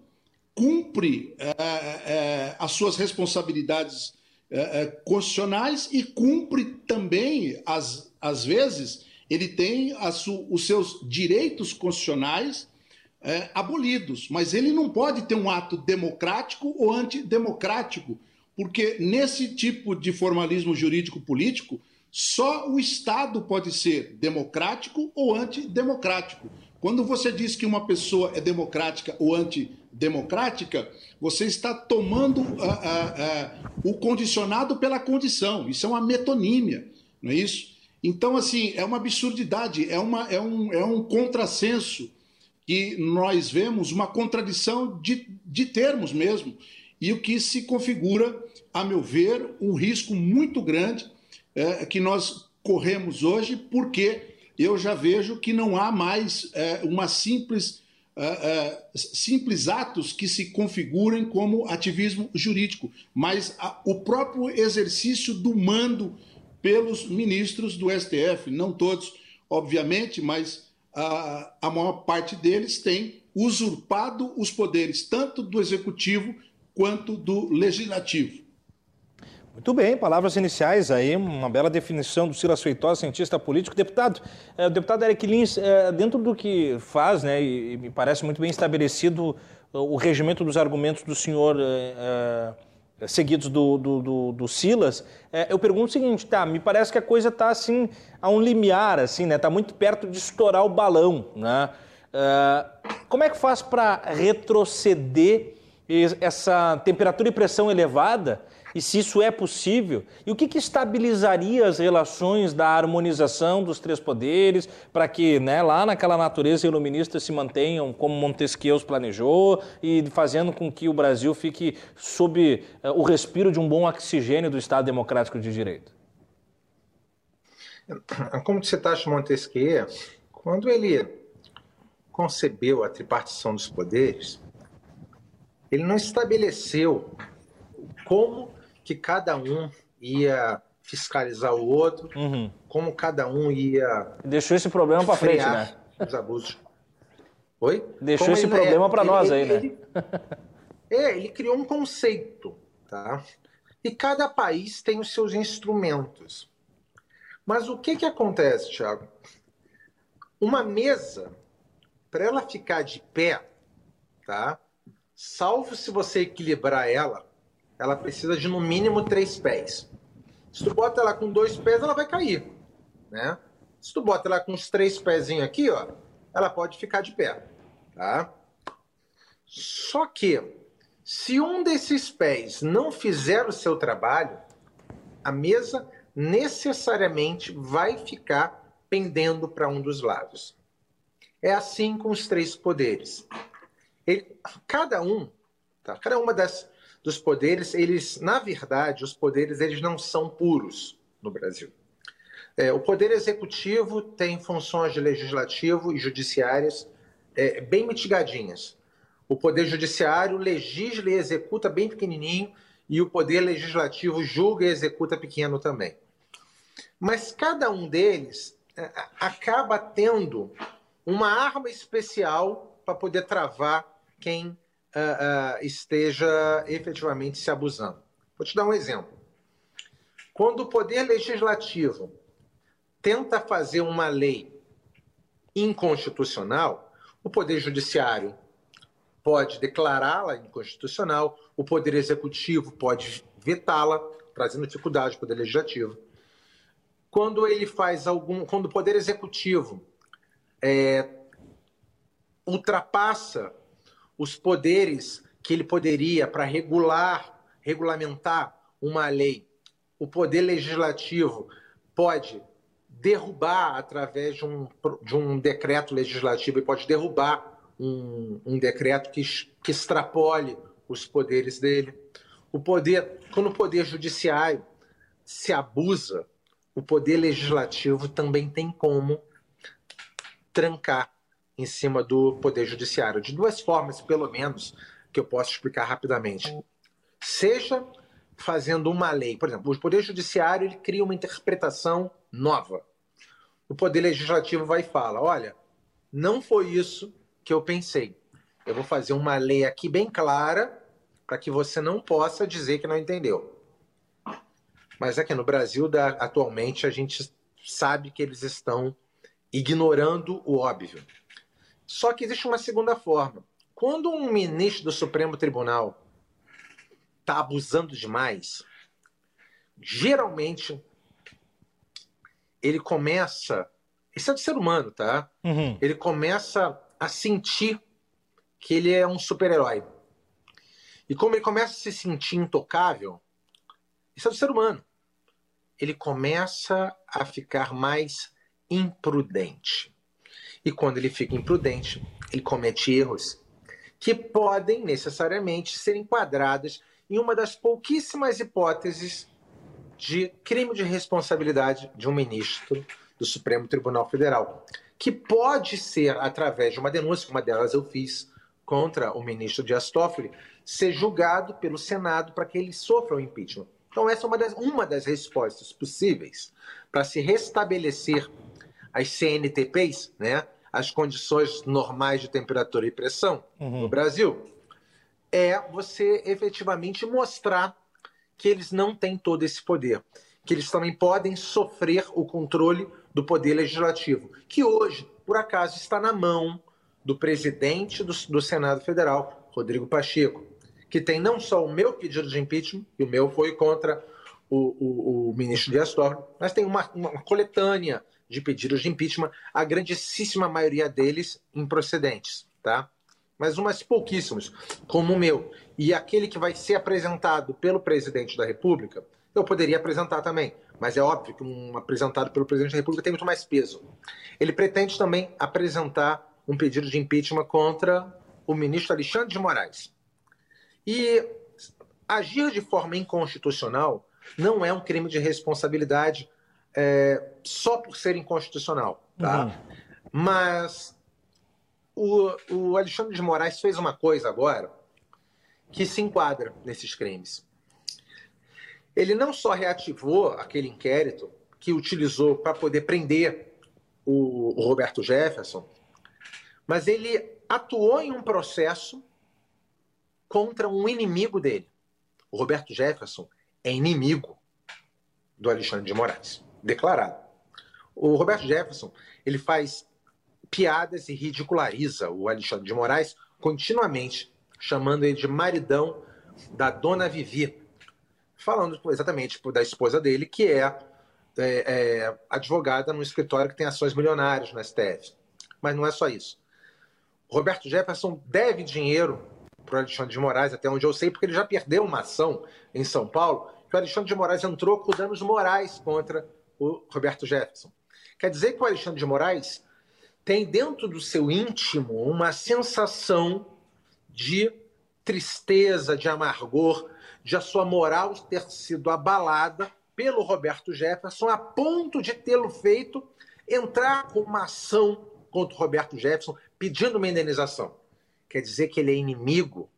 cumpre é, é, as suas responsabilidades é, é, constitucionais e cumpre também as às vezes, ele tem su, os seus direitos constitucionais é, abolidos, mas ele não pode ter um ato democrático ou antidemocrático, porque nesse tipo de formalismo jurídico-político, só o Estado pode ser democrático ou antidemocrático. Quando você diz que uma pessoa é democrática ou antidemocrática, você está tomando a, a, a, o condicionado pela condição. Isso é uma metonímia, não é isso? Então, assim, é uma absurdidade, é, uma, é, um, é um contrassenso que nós vemos, uma contradição de, de termos mesmo, e o que se configura, a meu ver, um risco muito grande é, que nós corremos hoje, porque eu já vejo que não há mais é, uma simples, é, é, simples atos que se configurem como ativismo jurídico, mas a, o próprio exercício do mando pelos ministros do S T F, não todos, obviamente, mas a, a maior parte deles tem usurpado os poderes tanto do executivo quanto do legislativo. Muito bem, palavras iniciais aí, uma bela definição do Silas Feitosa, cientista político. Deputado, é, o deputado Eric Lins, é, dentro do que faz, né, e, e me parece muito bem estabelecido o regimento dos argumentos do senhor é, é, seguidos do, do, do, do Silas, é, eu pergunto o seguinte, tá, me parece que a coisa está assim, a um limiar, assim, né, está muito perto de estourar o balão, né? É, como é que faz para retroceder essa temperatura e pressão elevada, e se isso é possível, e o que, que estabilizaria as relações da harmonização dos três poderes para que, né, lá naquela natureza iluminista se mantenham como Montesquieu os planejou e fazendo com que o Brasil fique sob uh, o respiro de um bom oxigênio do Estado Democrático de Direito? Como citaste Montesquieu, quando ele concebeu a tripartição dos poderes, ele não estabeleceu como que cada um ia fiscalizar o outro, uhum. como cada um ia... Deixou esse problema para frente, né? Os abusos. Oi? Deixou como esse ele, problema é, para nós ele, aí, ele, né? É, ele criou um conceito, tá? E cada país tem os seus instrumentos. Mas o que que acontece, Thiago? Uma mesa, para ela ficar de pé, tá? Salvo se você equilibrar ela, ela precisa de no mínimo três pés. Se tu bota ela com dois pés, ela vai cair, né? Se tu bota ela com os três pezinhos aqui, ó, ela pode ficar de pé, tá? Só que, se um desses pés não fizer o seu trabalho, a mesa necessariamente vai ficar pendendo para um dos lados. É assim com os três poderes. Ele, cada um, tá? Cada uma das dos poderes, eles, na verdade, os poderes eles não são puros no Brasil. É, o poder executivo tem funções de legislativo e judiciárias é, bem mitigadinhas. O poder judiciário legisla e executa bem pequenininho e o poder legislativo julga e executa pequeno também. Mas cada um deles é, acaba tendo uma arma especial para poder travar quem uh, uh, esteja efetivamente se abusando. Vou te dar um exemplo. Quando o Poder Legislativo tenta fazer uma lei inconstitucional, o Poder Judiciário pode declará-la inconstitucional, o Poder Executivo pode vetá-la, trazendo dificuldade ao Poder Legislativo. Quando ele faz algum, quando o Poder Executivo é, ultrapassa os poderes que ele poderia para regular, regulamentar uma lei, o Poder Legislativo pode derrubar através de um, de um decreto legislativo e pode derrubar um, um decreto que, que extrapole os poderes dele. O poder, quando o Poder Judiciário se abusa, o Poder Legislativo também tem como trancar em cima do Poder Judiciário. De duas formas, pelo menos, que eu posso explicar rapidamente. Seja fazendo uma lei, por exemplo, o Poder Judiciário ele cria uma interpretação nova. O Poder Legislativo vai e fala, olha, não foi isso que eu pensei. Eu vou fazer uma lei aqui bem clara para que você não possa dizer que não entendeu. Mas aqui no Brasil, da, atualmente, a gente sabe que eles estão ignorando o óbvio. Só que existe uma segunda forma. Quando um ministro do Supremo Tribunal está abusando demais, geralmente ele começa, isso é do ser humano, tá? Uhum. Ele começa a sentir que ele é um super-herói. E como ele começa a se sentir intocável, isso é do ser humano, ele começa a ficar mais imprudente. E quando ele fica imprudente, ele comete erros que podem necessariamente ser enquadradas em uma das pouquíssimas hipóteses de crime de responsabilidade de um ministro do Supremo Tribunal Federal, que pode ser, através de uma denúncia, uma delas eu fiz contra o ministro Dias Toffoli, ser julgado pelo Senado para que ele sofra o impeachment. Então essa é uma das, uma das respostas possíveis para se restabelecer as C N T Ps, né, as condições normais de temperatura e pressão uhum. no Brasil, é você efetivamente mostrar que eles não têm todo esse poder, que eles também podem sofrer o controle do Poder Legislativo, que hoje, por acaso, está na mão do presidente do, do Senado Federal, Rodrigo Pacheco, que tem não só o meu pedido de impeachment, e o meu foi contra o, o, o ministro Dias Toffoli, mas tem uma, uma coletânea de pedidos de impeachment, a grandíssima maioria deles improcedentes, tá? Mas umas pouquíssimos, como o meu. E aquele que vai ser apresentado pelo presidente da República, eu poderia apresentar também, mas é óbvio que um apresentado pelo presidente da República tem muito mais peso. Ele pretende também apresentar um pedido de impeachment contra o ministro Alexandre de Moraes. E agir de forma inconstitucional não é um crime de responsabilidade é, só por ser inconstitucional, tá? Uhum. Mas o, o Alexandre de Moraes fez uma coisa agora que se enquadra nesses crimes. Ele não só reativou aquele inquérito que utilizou para poder prender o, o Roberto Jefferson, mas ele atuou em um processo contra um inimigo dele. O Roberto Jefferson é inimigo do Alexandre de Moraes, declarado. O Roberto Jefferson, ele faz piadas e ridiculariza o Alexandre de Moraes continuamente, chamando ele de maridão da dona Vivi, falando exatamente da esposa dele, que é, é, é advogada num escritório que tem ações milionárias no S T F. Mas não é só isso. O Roberto Jefferson deve dinheiro para o Alexandre de Moraes, até onde eu sei, porque ele já perdeu uma ação em São Paulo, que o Alexandre de Moraes entrou com danos morais contra o Roberto Jefferson. Quer dizer que o Alexandre de Moraes tem dentro do seu íntimo uma sensação de tristeza, de amargor, de a sua moral ter sido abalada pelo Roberto Jefferson a ponto de tê-lo feito entrar com uma ação contra o Roberto Jefferson pedindo uma indenização. Quer dizer que ele é inimigo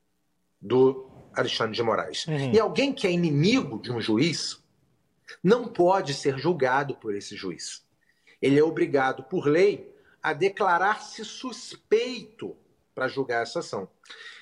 do Alexandre de Moraes. Uhum. E alguém que é inimigo de um juiz não pode ser julgado por esse juiz. Ele é obrigado, por lei, a declarar-se suspeito para julgar essa ação.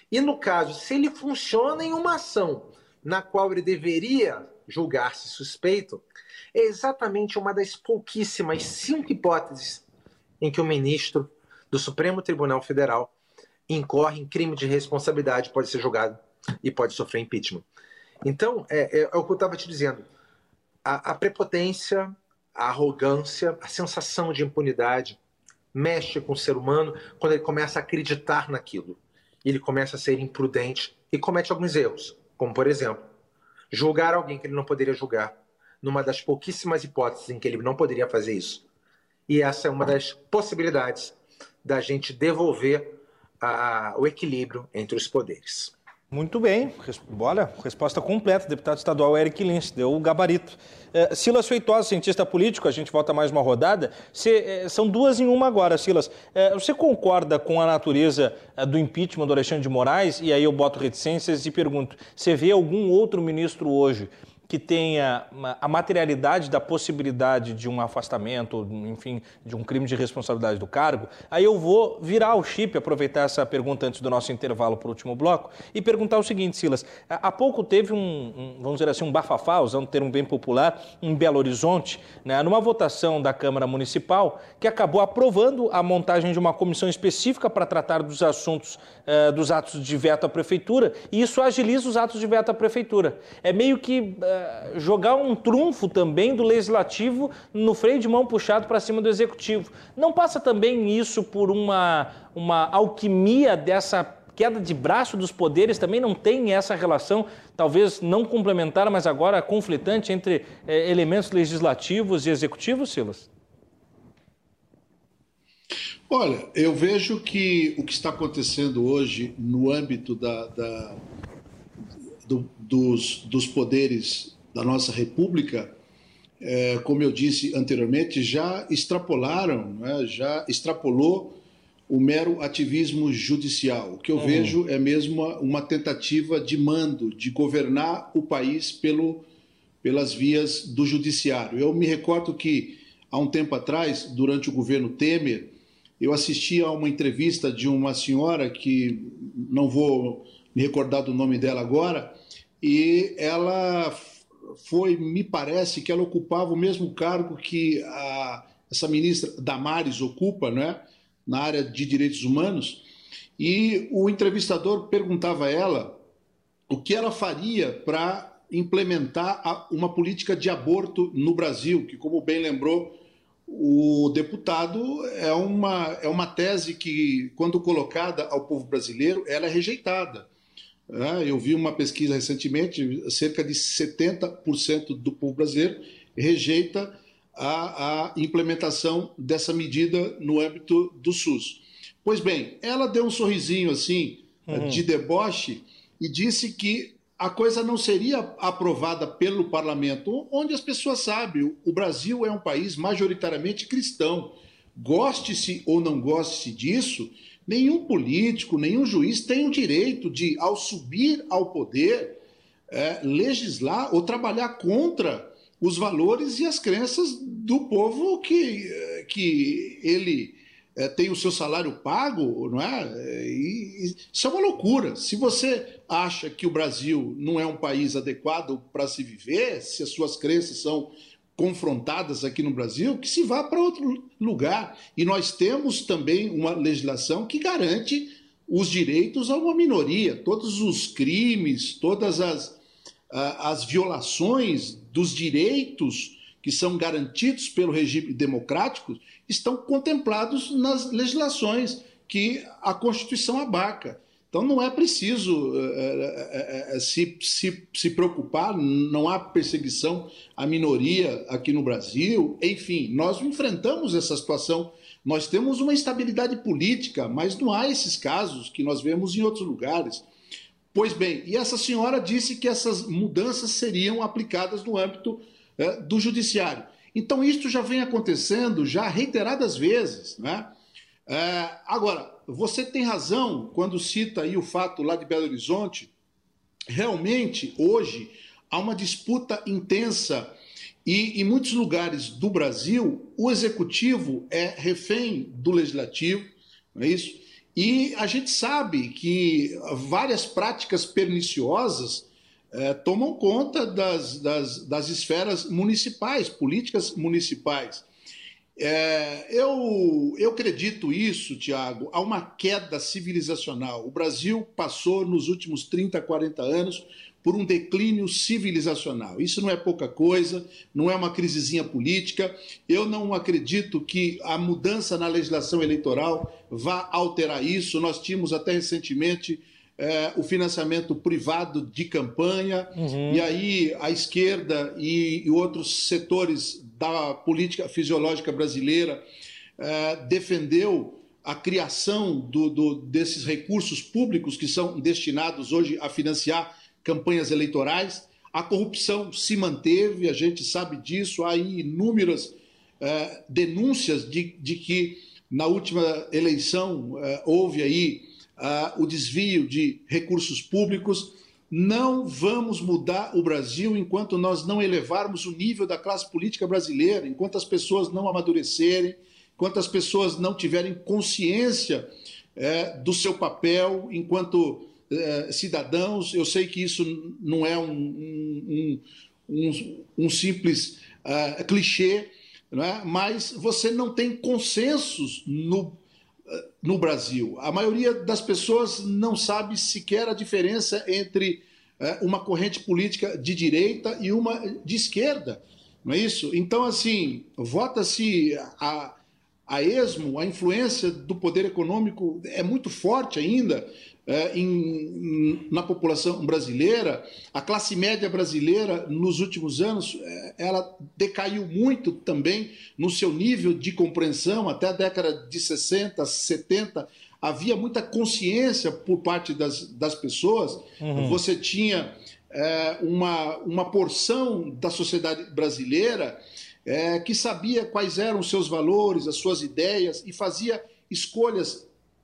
E no caso, se ele funciona em uma ação na qual ele deveria julgar-se suspeito, é exatamente uma das pouquíssimas cinco hipóteses em que o ministro do Supremo Tribunal Federal incorre em crime de responsabilidade, pode ser julgado e pode sofrer impeachment. Então, é, é, é o que eu estava te dizendo. A, a prepotência, a arrogância, a sensação de impunidade mexe com o ser humano quando ele começa a acreditar naquilo. Ele começa a ser imprudente e comete alguns erros, como, por exemplo, julgar alguém que ele não poderia julgar, numa das pouquíssimas hipóteses em que ele não poderia fazer isso. E essa é uma das possibilidades da gente devolver a, o equilíbrio entre os poderes. Muito bem. Olha, resposta completa. Deputado estadual Eric Lins, deu o gabarito. Uh, Silas Feitosa, cientista político, a gente volta mais uma rodada. Cê, uh, são duas em uma agora, Silas. Uh, você concorda com a natureza uh, do impeachment do Alexandre de Moraes? E aí eu boto reticências e pergunto, você vê algum outro ministro hoje que tenha a materialidade da possibilidade de um afastamento, enfim, de um crime de responsabilidade do cargo? Aí eu vou virar o chip, aproveitar essa pergunta antes do nosso intervalo para o último bloco, e perguntar o seguinte, Silas, há pouco teve um, um vamos dizer assim, um bafafá, usando um termo bem popular, em Belo Horizonte, né, numa votação da Câmara Municipal, que acabou aprovando a montagem de uma comissão específica para tratar dos assuntos, uh, dos atos de veto à Prefeitura, e isso agiliza os atos de veto à Prefeitura. É meio que Uh, jogar um trunfo também do Legislativo no freio de mão puxado para cima do Executivo. Não passa também isso por uma, uma alquimia dessa queda de braço dos poderes? Também não tem essa relação, talvez não complementar, mas agora conflitante entre eh, elementos legislativos e executivos, Silas? Olha, eu vejo que o que está acontecendo hoje no âmbito da, da, do, dos, dos poderes da nossa República, é, como eu disse anteriormente, já extrapolaram, né, já extrapolou o mero ativismo judicial. O que eu uhum. vejo é mesmo uma, uma tentativa de mando, de governar o país pelo, pelas vias do judiciário. Eu me recordo que, há um tempo atrás, durante o governo Temer, eu assisti a uma entrevista de uma senhora, que não vou me recordar do nome dela agora, e ela foi, me parece, que ela ocupava o mesmo cargo que a, essa ministra Damares ocupa, né, na área de direitos humanos, e o entrevistador perguntava a ela o que ela faria para implementar a, uma política de aborto no Brasil, que, como bem lembrou o deputado, é uma, é uma tese que, quando colocada ao povo brasileiro, ela é rejeitada. Eu vi uma pesquisa recentemente, cerca de setenta por cento do povo brasileiro rejeita a, a implementação dessa medida no âmbito do SUS. Pois bem, ela deu um sorrisinho assim, uhum. de deboche, e disse que a coisa não seria aprovada pelo parlamento, onde as pessoas sabem, o Brasil é um país majoritariamente cristão. Goste-se ou não goste-se disso, nenhum político, nenhum juiz tem o direito de, ao subir ao poder, é, legislar ou trabalhar contra os valores e as crenças do povo que, que ele é, tem o seu salário pago, não é? E, e, isso é uma loucura. Se você acha que o Brasil não é um país adequado para se viver, se as suas crenças são confrontadas aqui no Brasil, que se vá para outro lugar. E nós temos também uma legislação que garante os direitos a uma minoria. Todos os crimes, todas as, as violações dos direitos que são garantidos pelo regime democrático estão contemplados nas legislações que a Constituição abarca. Então não é preciso uh, uh, se, se, se preocupar, não há perseguição à minoria aqui no Brasil. Enfim, nós enfrentamos essa situação, nós temos uma instabilidade política, mas não há esses casos que nós vemos em outros lugares. Pois bem, e essa senhora disse que essas mudanças seriam aplicadas no âmbito uh, do judiciário. Então isso já vem acontecendo já reiteradas vezes, né? Uh, agora, você tem razão quando cita aí o fato lá de Belo Horizonte. Realmente, hoje, há uma disputa intensa e, em muitos lugares do Brasil, o executivo é refém do legislativo, não é isso? E a gente sabe que várias práticas perniciosas eh, tomam conta das, das, das esferas municipais, políticas municipais. É, eu, eu acredito isso, Tiago, a uma queda civilizacional. O Brasil passou nos últimos trinta, quarenta anos por um declínio civilizacional. Isso não é pouca coisa, não é uma crisezinha política. Eu não acredito que a mudança na legislação eleitoral vá alterar isso. Nós tínhamos até recentemente é, o financiamento privado de campanha, uhum. e aí a esquerda e, e outros setores da política fisiológica brasileira é, defendeu a criação do, do, desses recursos públicos que são destinados hoje a financiar campanhas eleitorais. A corrupção se manteve, a gente sabe disso, há inúmeras eh, denúncias de, de que na última eleição eh, houve aí eh, o desvio de recursos públicos. Não vamos mudar o Brasil enquanto nós não elevarmos o nível da classe política brasileira, enquanto as pessoas não amadurecerem, enquanto as pessoas não tiverem consciência eh, do seu papel enquanto cidadãos. Eu sei que isso não é um, um, um, um simples uh, clichê, não é? Mas você não tem consensos no, uh, no Brasil. A maioria das pessoas não sabe sequer a diferença entre uh, uma corrente política de direita e uma de esquerda, não é isso? Então, assim, vota-se a, a esmo, a influência do poder econômico é muito forte ainda, É, em, na população brasileira. A classe média brasileira, nos últimos anos, é, ela decaiu muito também no seu nível de compreensão. Até a década de sessenta, setenta, havia muita consciência por parte das, das pessoas. Uhum. Você tinha é, uma, uma porção da sociedade brasileira é, que sabia quais eram os seus valores, as suas ideias, e fazia escolhas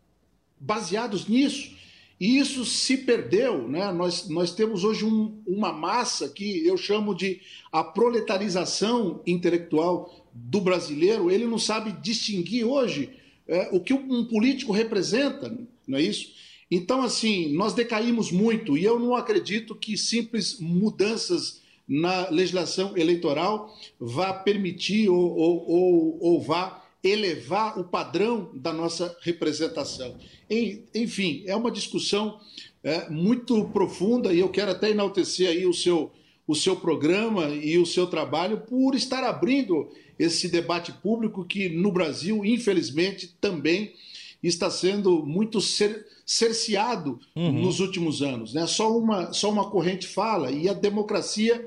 baseadas nisso. E isso se perdeu, né? Nós, nós temos hoje um, uma massa que eu chamo de a proletarização intelectual do brasileiro. Ele não sabe distinguir hoje é, o que um político representa, não é isso? Então, assim, nós decaímos muito, e eu não acredito que simples mudanças na legislação eleitoral vá permitir ou, ou, ou, ou vá elevar o padrão da nossa representação. Enfim, é uma discussão é, muito profunda, e eu quero até enaltecer aí o seu, o seu programa e o seu trabalho por estar abrindo esse debate público que no Brasil, infelizmente, também está sendo muito cer cerceado uhum. nos últimos anos, né? Só uma, só uma corrente fala, e a democracia,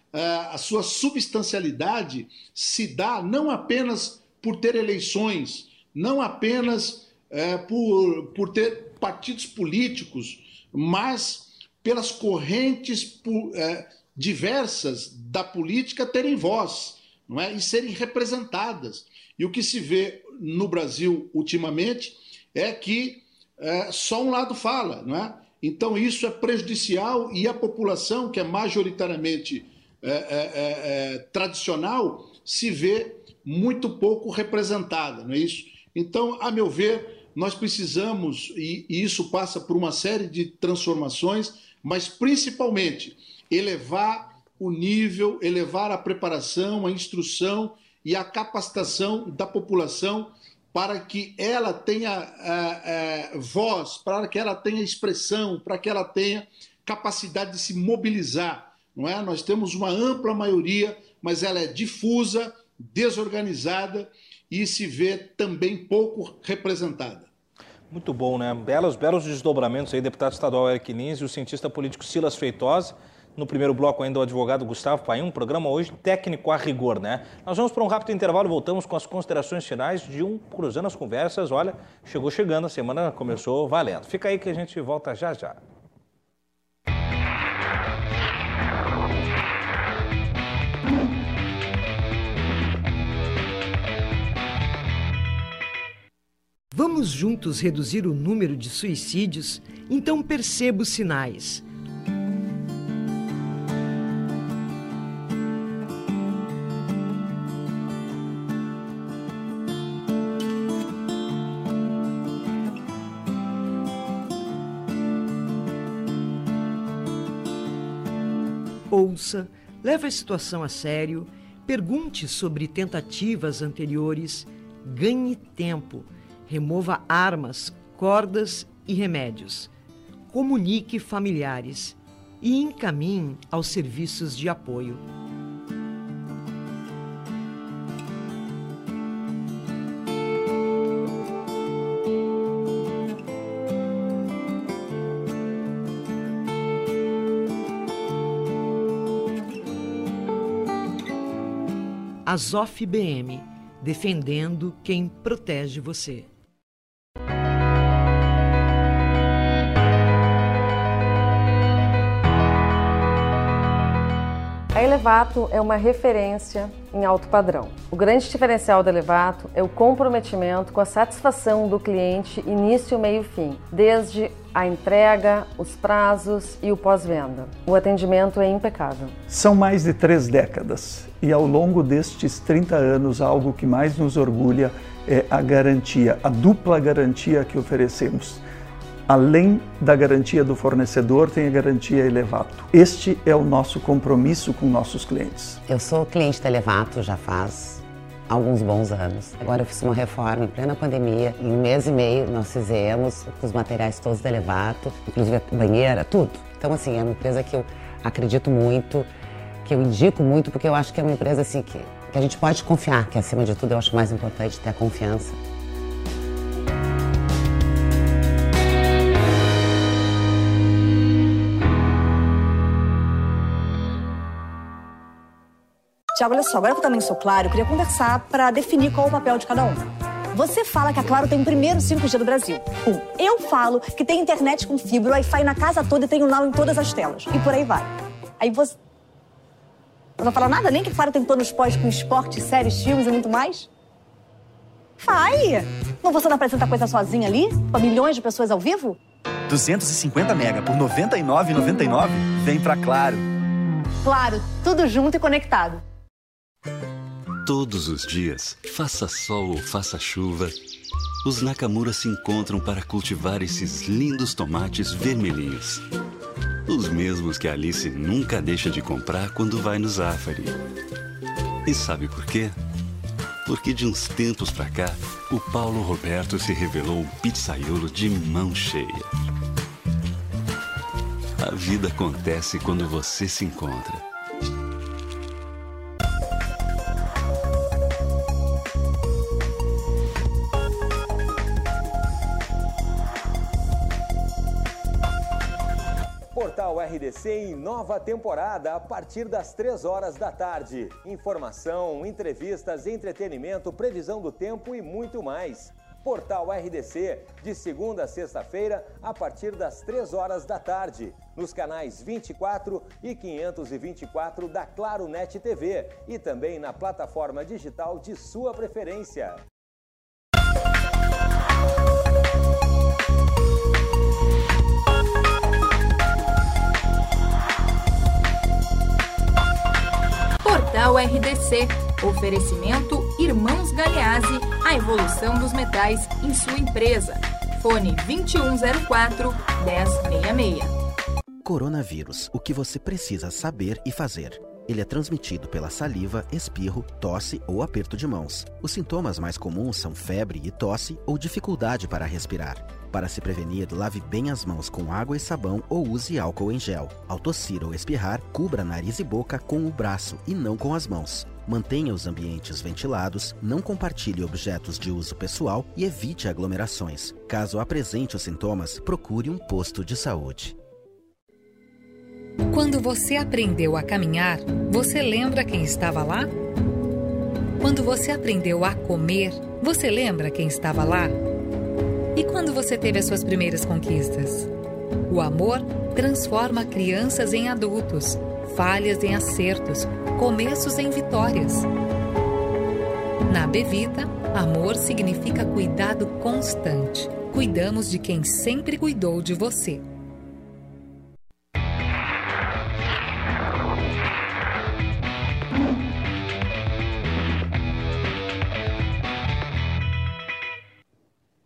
a sua substancialidade se dá não apenas por ter eleições, não apenas é, por, por ter partidos políticos, mas pelas correntes por, é, diversas da política terem voz, não é? E serem representadas. E o que se vê no Brasil ultimamente é que é, só um lado fala, não é? Então isso é prejudicial, e a população, que é majoritariamente é, é, é, tradicional, se vê muito pouco representada, não é isso? Então, a meu ver, nós precisamos, e, e isso passa por uma série de transformações, mas principalmente elevar o nível, elevar a preparação, a instrução e a capacitação da população para que ela tenha é, é, voz, para que ela tenha expressão, para que ela tenha capacidade de se mobilizar, não é? Nós temos uma ampla maioria, mas ela é difusa, desorganizada e se vê também pouco representada. Muito bom, né? Belos, belos desdobramentos aí, deputado estadual Eric Lins e o cientista político Silas Feitosa. No primeiro bloco ainda o advogado Gustavo Paim, um programa hoje técnico a rigor, né? Nós vamos para um rápido intervalo e voltamos com as considerações finais de um Cruzando as Conversas. Olha, chegou chegando, a semana começou valendo. Fica aí que a gente volta já já. Vamos juntos reduzir o número de suicídios? Então perceba os sinais. ouça, leve a situação a sério, pergunte sobre tentativas anteriores, ganhe tempo, remova armas, cordas e remédios, comunique familiares e encaminhe aos serviços de apoio. Azof B M, defendendo quem protege você. A Elevato é uma referência em alto padrão. O grande diferencial da Elevato é o comprometimento com a satisfação do cliente início, meio e fim, desde a entrega, os prazos e o pós-venda. O atendimento é impecável. São mais de três décadas e ao longo destes trinta anos algo que mais nos orgulha é a garantia, a dupla garantia que oferecemos. Além da garantia do fornecedor, tem a garantia Elevato. Este é o nosso compromisso com nossos clientes. Eu sou cliente da Elevato já faz alguns bons anos. Agora eu fiz uma reforma em plena pandemia. Em um mês e meio nós fizemos com os materiais todos da Elevato, inclusive a banheira, tudo. Então assim, é uma empresa que eu acredito muito, que eu indico muito, porque eu acho que é uma empresa assim que, que a gente pode confiar, que acima de tudo eu acho mais importante ter a confiança. Tiago, olha só, agora que eu também sou Claro, eu queria conversar para definir qual é o papel de cada um. Você fala que a Claro tem o primeiro cinco G do Brasil. Um, eu falo que tem internet com fibra, Wi-Fi na casa toda e tem o Now em todas as telas. E por aí vai. Aí você... não fala nada? Nem que Claro tem planos pós com esportes, séries, filmes e muito mais? Vai! Não você não apresenta coisa sozinha ali? Com milhões de pessoas ao vivo? duzentos e cinquenta mega por noventa e nove reais e noventa e nove centavos? Vem pra Claro. Claro, tudo junto e conectado. Todos os dias, faça sol ou faça chuva, os Nakamura se encontram para cultivar esses lindos tomates vermelhinhos. Os mesmos que a Alice nunca deixa de comprar quando vai no Zafari. E sabe por quê? Porque de uns tempos pra cá, o Paulo Roberto se revelou um pizzaiolo de mão cheia. A vida acontece quando você se encontra. Portal R D C em nova temporada a partir das três horas da tarde. Informação, entrevistas, entretenimento, previsão do tempo e muito mais. Portal R D C, de segunda a sexta-feira, a partir das três horas da tarde, nos canais vinte e quatro e quinhentos e vinte e quatro da Claro Net T V e também na plataforma digital de sua preferência. Portal R D C. Oferecimento Irmãos Galeazzi, a evolução dos metais em sua empresa. Fone vinte e um zero quatro, dez sessenta e seis. Coronavírus, o que você precisa saber e fazer. Ele é transmitido pela saliva, espirro, tosse ou aperto de mãos. Os sintomas mais comuns são febre e tosse ou dificuldade para respirar. Para se prevenir, lave bem as mãos com água e sabão ou use álcool em gel. Ao tossir ou espirrar, cubra nariz e boca com o braço e não com as mãos. Mantenha os ambientes ventilados, não compartilhe objetos de uso pessoal e evite aglomerações. Caso apresente os sintomas, procure um posto de saúde. Quando você aprendeu a caminhar, você lembra quem estava lá? Quando você aprendeu a comer, você lembra quem estava lá? E quando você teve as suas primeiras conquistas? O amor transforma crianças em adultos, falhas em acertos, começos em vitórias. Na Bevita, amor significa cuidado constante. Cuidamos de quem sempre cuidou de você.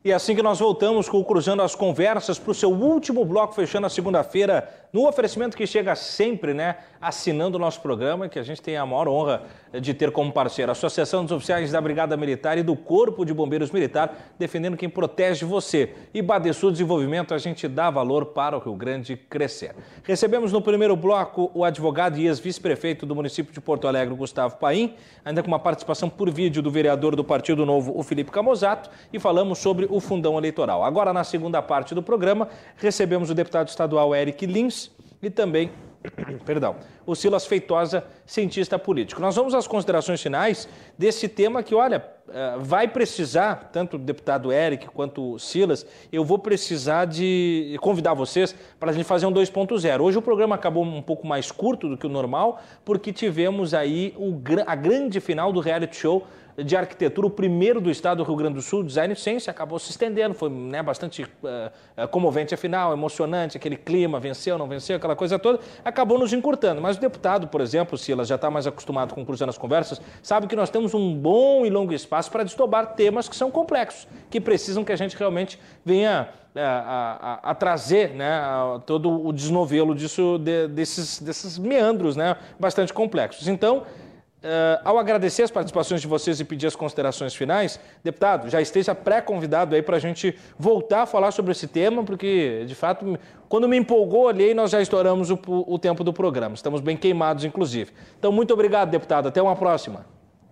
E assim que nós voltamos com o Cruzando as Conversas para o seu último bloco, fechando a segunda-feira, no oferecimento que chega sempre, né, assinando o nosso programa, que a gente tem a maior honra de ter como parceiro a Associação dos Oficiais da Brigada Militar e do Corpo de Bombeiros Militar, defendendo quem protege você. E Badesul Desenvolvimento, a gente dá valor para o Rio Grande crescer. Recebemos no primeiro bloco o advogado e ex-vice-prefeito do município de Porto Alegre, Gustavo Paim, ainda com uma participação por vídeo do vereador do Partido Novo, o Felipe Camozato, e falamos sobre o fundão eleitoral. Agora, na segunda parte do programa, recebemos o deputado estadual Eric Lins e também, perdão, o Silas Feitosa, cientista político. Nós vamos às considerações finais desse tema que, olha, vai precisar, tanto o deputado Eric quanto o Silas, eu vou precisar de convidar vocês para a gente fazer um dois ponto zero. Hoje o programa acabou um pouco mais curto do que o normal, porque tivemos aí o, a grande final do reality show de arquitetura, o primeiro do estado do Rio Grande do Sul, Design Sense, acabou se estendendo, foi, né, bastante uh, comovente a final, emocionante, aquele clima, venceu, não venceu, aquela coisa toda, acabou nos encurtando. Mas o deputado, por exemplo, Silas, já está mais acostumado com Cruzando as Conversas, sabe que nós temos um bom e longo espaço para desdobrar temas que são complexos, que precisam que a gente realmente venha a, a, a trazer, né, a, todo o desnovelo disso, de, desses, desses meandros, né, bastante complexos. Então, Uh, ao agradecer as participações de vocês e pedir as considerações finais, deputado, já esteja pré-convidado aí para a gente voltar a falar sobre esse tema, porque, de fato, quando me empolgou, olhei, nós já estouramos o, o tempo do programa. Estamos bem queimados, inclusive. Então, muito obrigado, deputado. Até uma próxima.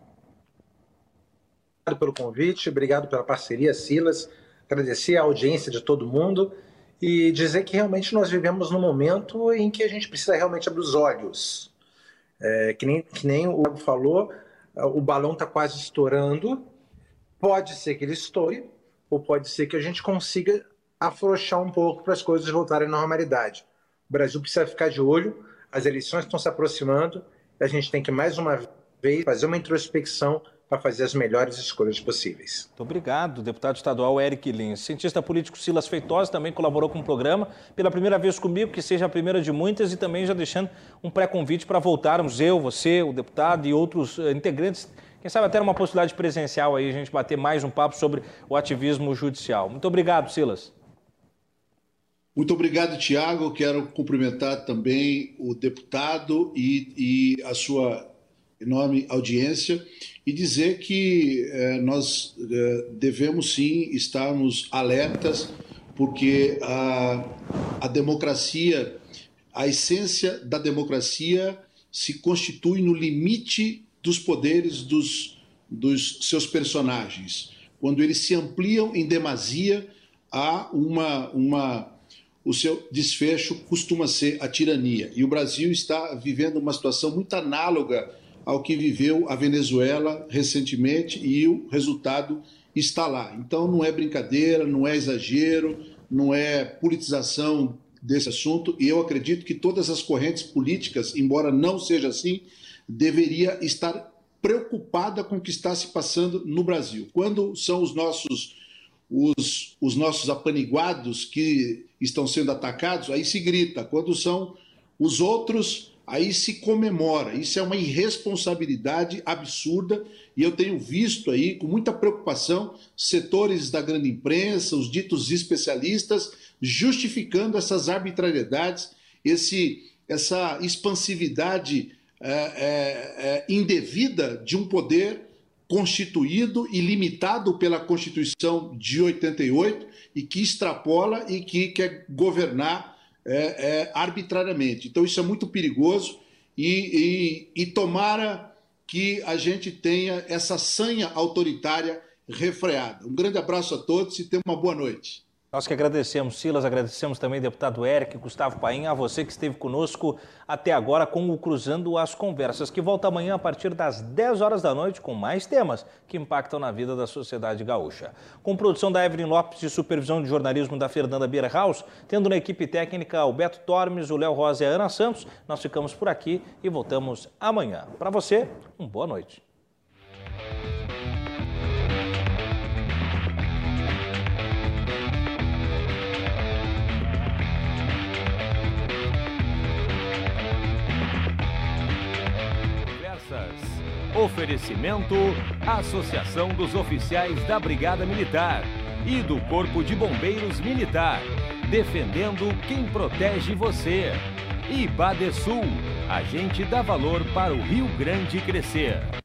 Obrigado pelo convite, obrigado pela parceria, Silas. Agradecer a audiência de todo mundo e dizer que realmente nós vivemos num momento em que a gente precisa realmente abrir os olhos. É, que, nem, que nem o Hugo falou, o balão está quase estourando, pode ser que ele estoure, ou pode ser que a gente consiga afrouxar um pouco para as coisas voltarem à normalidade. O Brasil precisa ficar de olho, as eleições estão se aproximando, a gente tem que mais uma vez fazer uma introspecção para fazer as melhores escolhas possíveis. Muito obrigado, deputado estadual Eric Lins. Cientista político Silas Feitosa também colaborou com o programa, pela primeira vez comigo, que seja a primeira de muitas, e também já deixando um pré-convite para voltarmos, eu, você, o deputado e outros uh, integrantes, quem sabe até uma possibilidade presencial aí, a gente bater mais um papo sobre o ativismo judicial. Muito obrigado, Silas. Muito obrigado, Tiago. Quero cumprimentar também o deputado e, e a sua enorme audiência e dizer que eh, nós eh, devemos sim estarmos alertas, porque a, a democracia, a essência da democracia se constitui no limite dos poderes dos, dos seus personagens. Quando eles se ampliam em demasia, há uma, uma, o seu desfecho costuma ser a tirania. E o Brasil está vivendo uma situação muito análoga ao que viveu a Venezuela recentemente, e o resultado está lá. Então não é brincadeira, não é exagero, não é politização desse assunto, e eu acredito que todas as correntes políticas, embora não seja assim, deveria estar preocupada com o que está se passando no Brasil. Quando são os nossos, os, os nossos apaniguados que estão sendo atacados, aí se grita. Quando são os outros, aí se comemora. Isso é uma irresponsabilidade absurda, e eu tenho visto aí com muita preocupação setores da grande imprensa, os ditos especialistas, justificando essas arbitrariedades, esse, essa expansividade é, é, é, indevida de um poder constituído e limitado pela Constituição de oitenta e oito, e que extrapola e que quer governar É, é, arbitrariamente. Então isso é muito perigoso, e, e, e tomara que a gente tenha essa sanha autoritária refreada. Um grande abraço a todos e tenham uma boa noite. Nós que agradecemos, Silas, agradecemos também deputado Eric, Gustavo Paim, a você que esteve conosco até agora com o Cruzando as Conversas, que volta amanhã a partir das dez horas da noite com mais temas que impactam na vida da sociedade gaúcha. Com produção da Evelyn Lopes e supervisão de jornalismo da Fernanda Bierhaus, tendo na equipe técnica o Beto Tormes, o Léo Rosa e a Ana Santos, nós ficamos por aqui e voltamos amanhã. Para você, uma boa noite. Oferecimento Associação dos Oficiais da Brigada Militar e do Corpo de Bombeiros Militar, defendendo quem protege você. E Badesul, a gente dá valor para o Rio Grande crescer.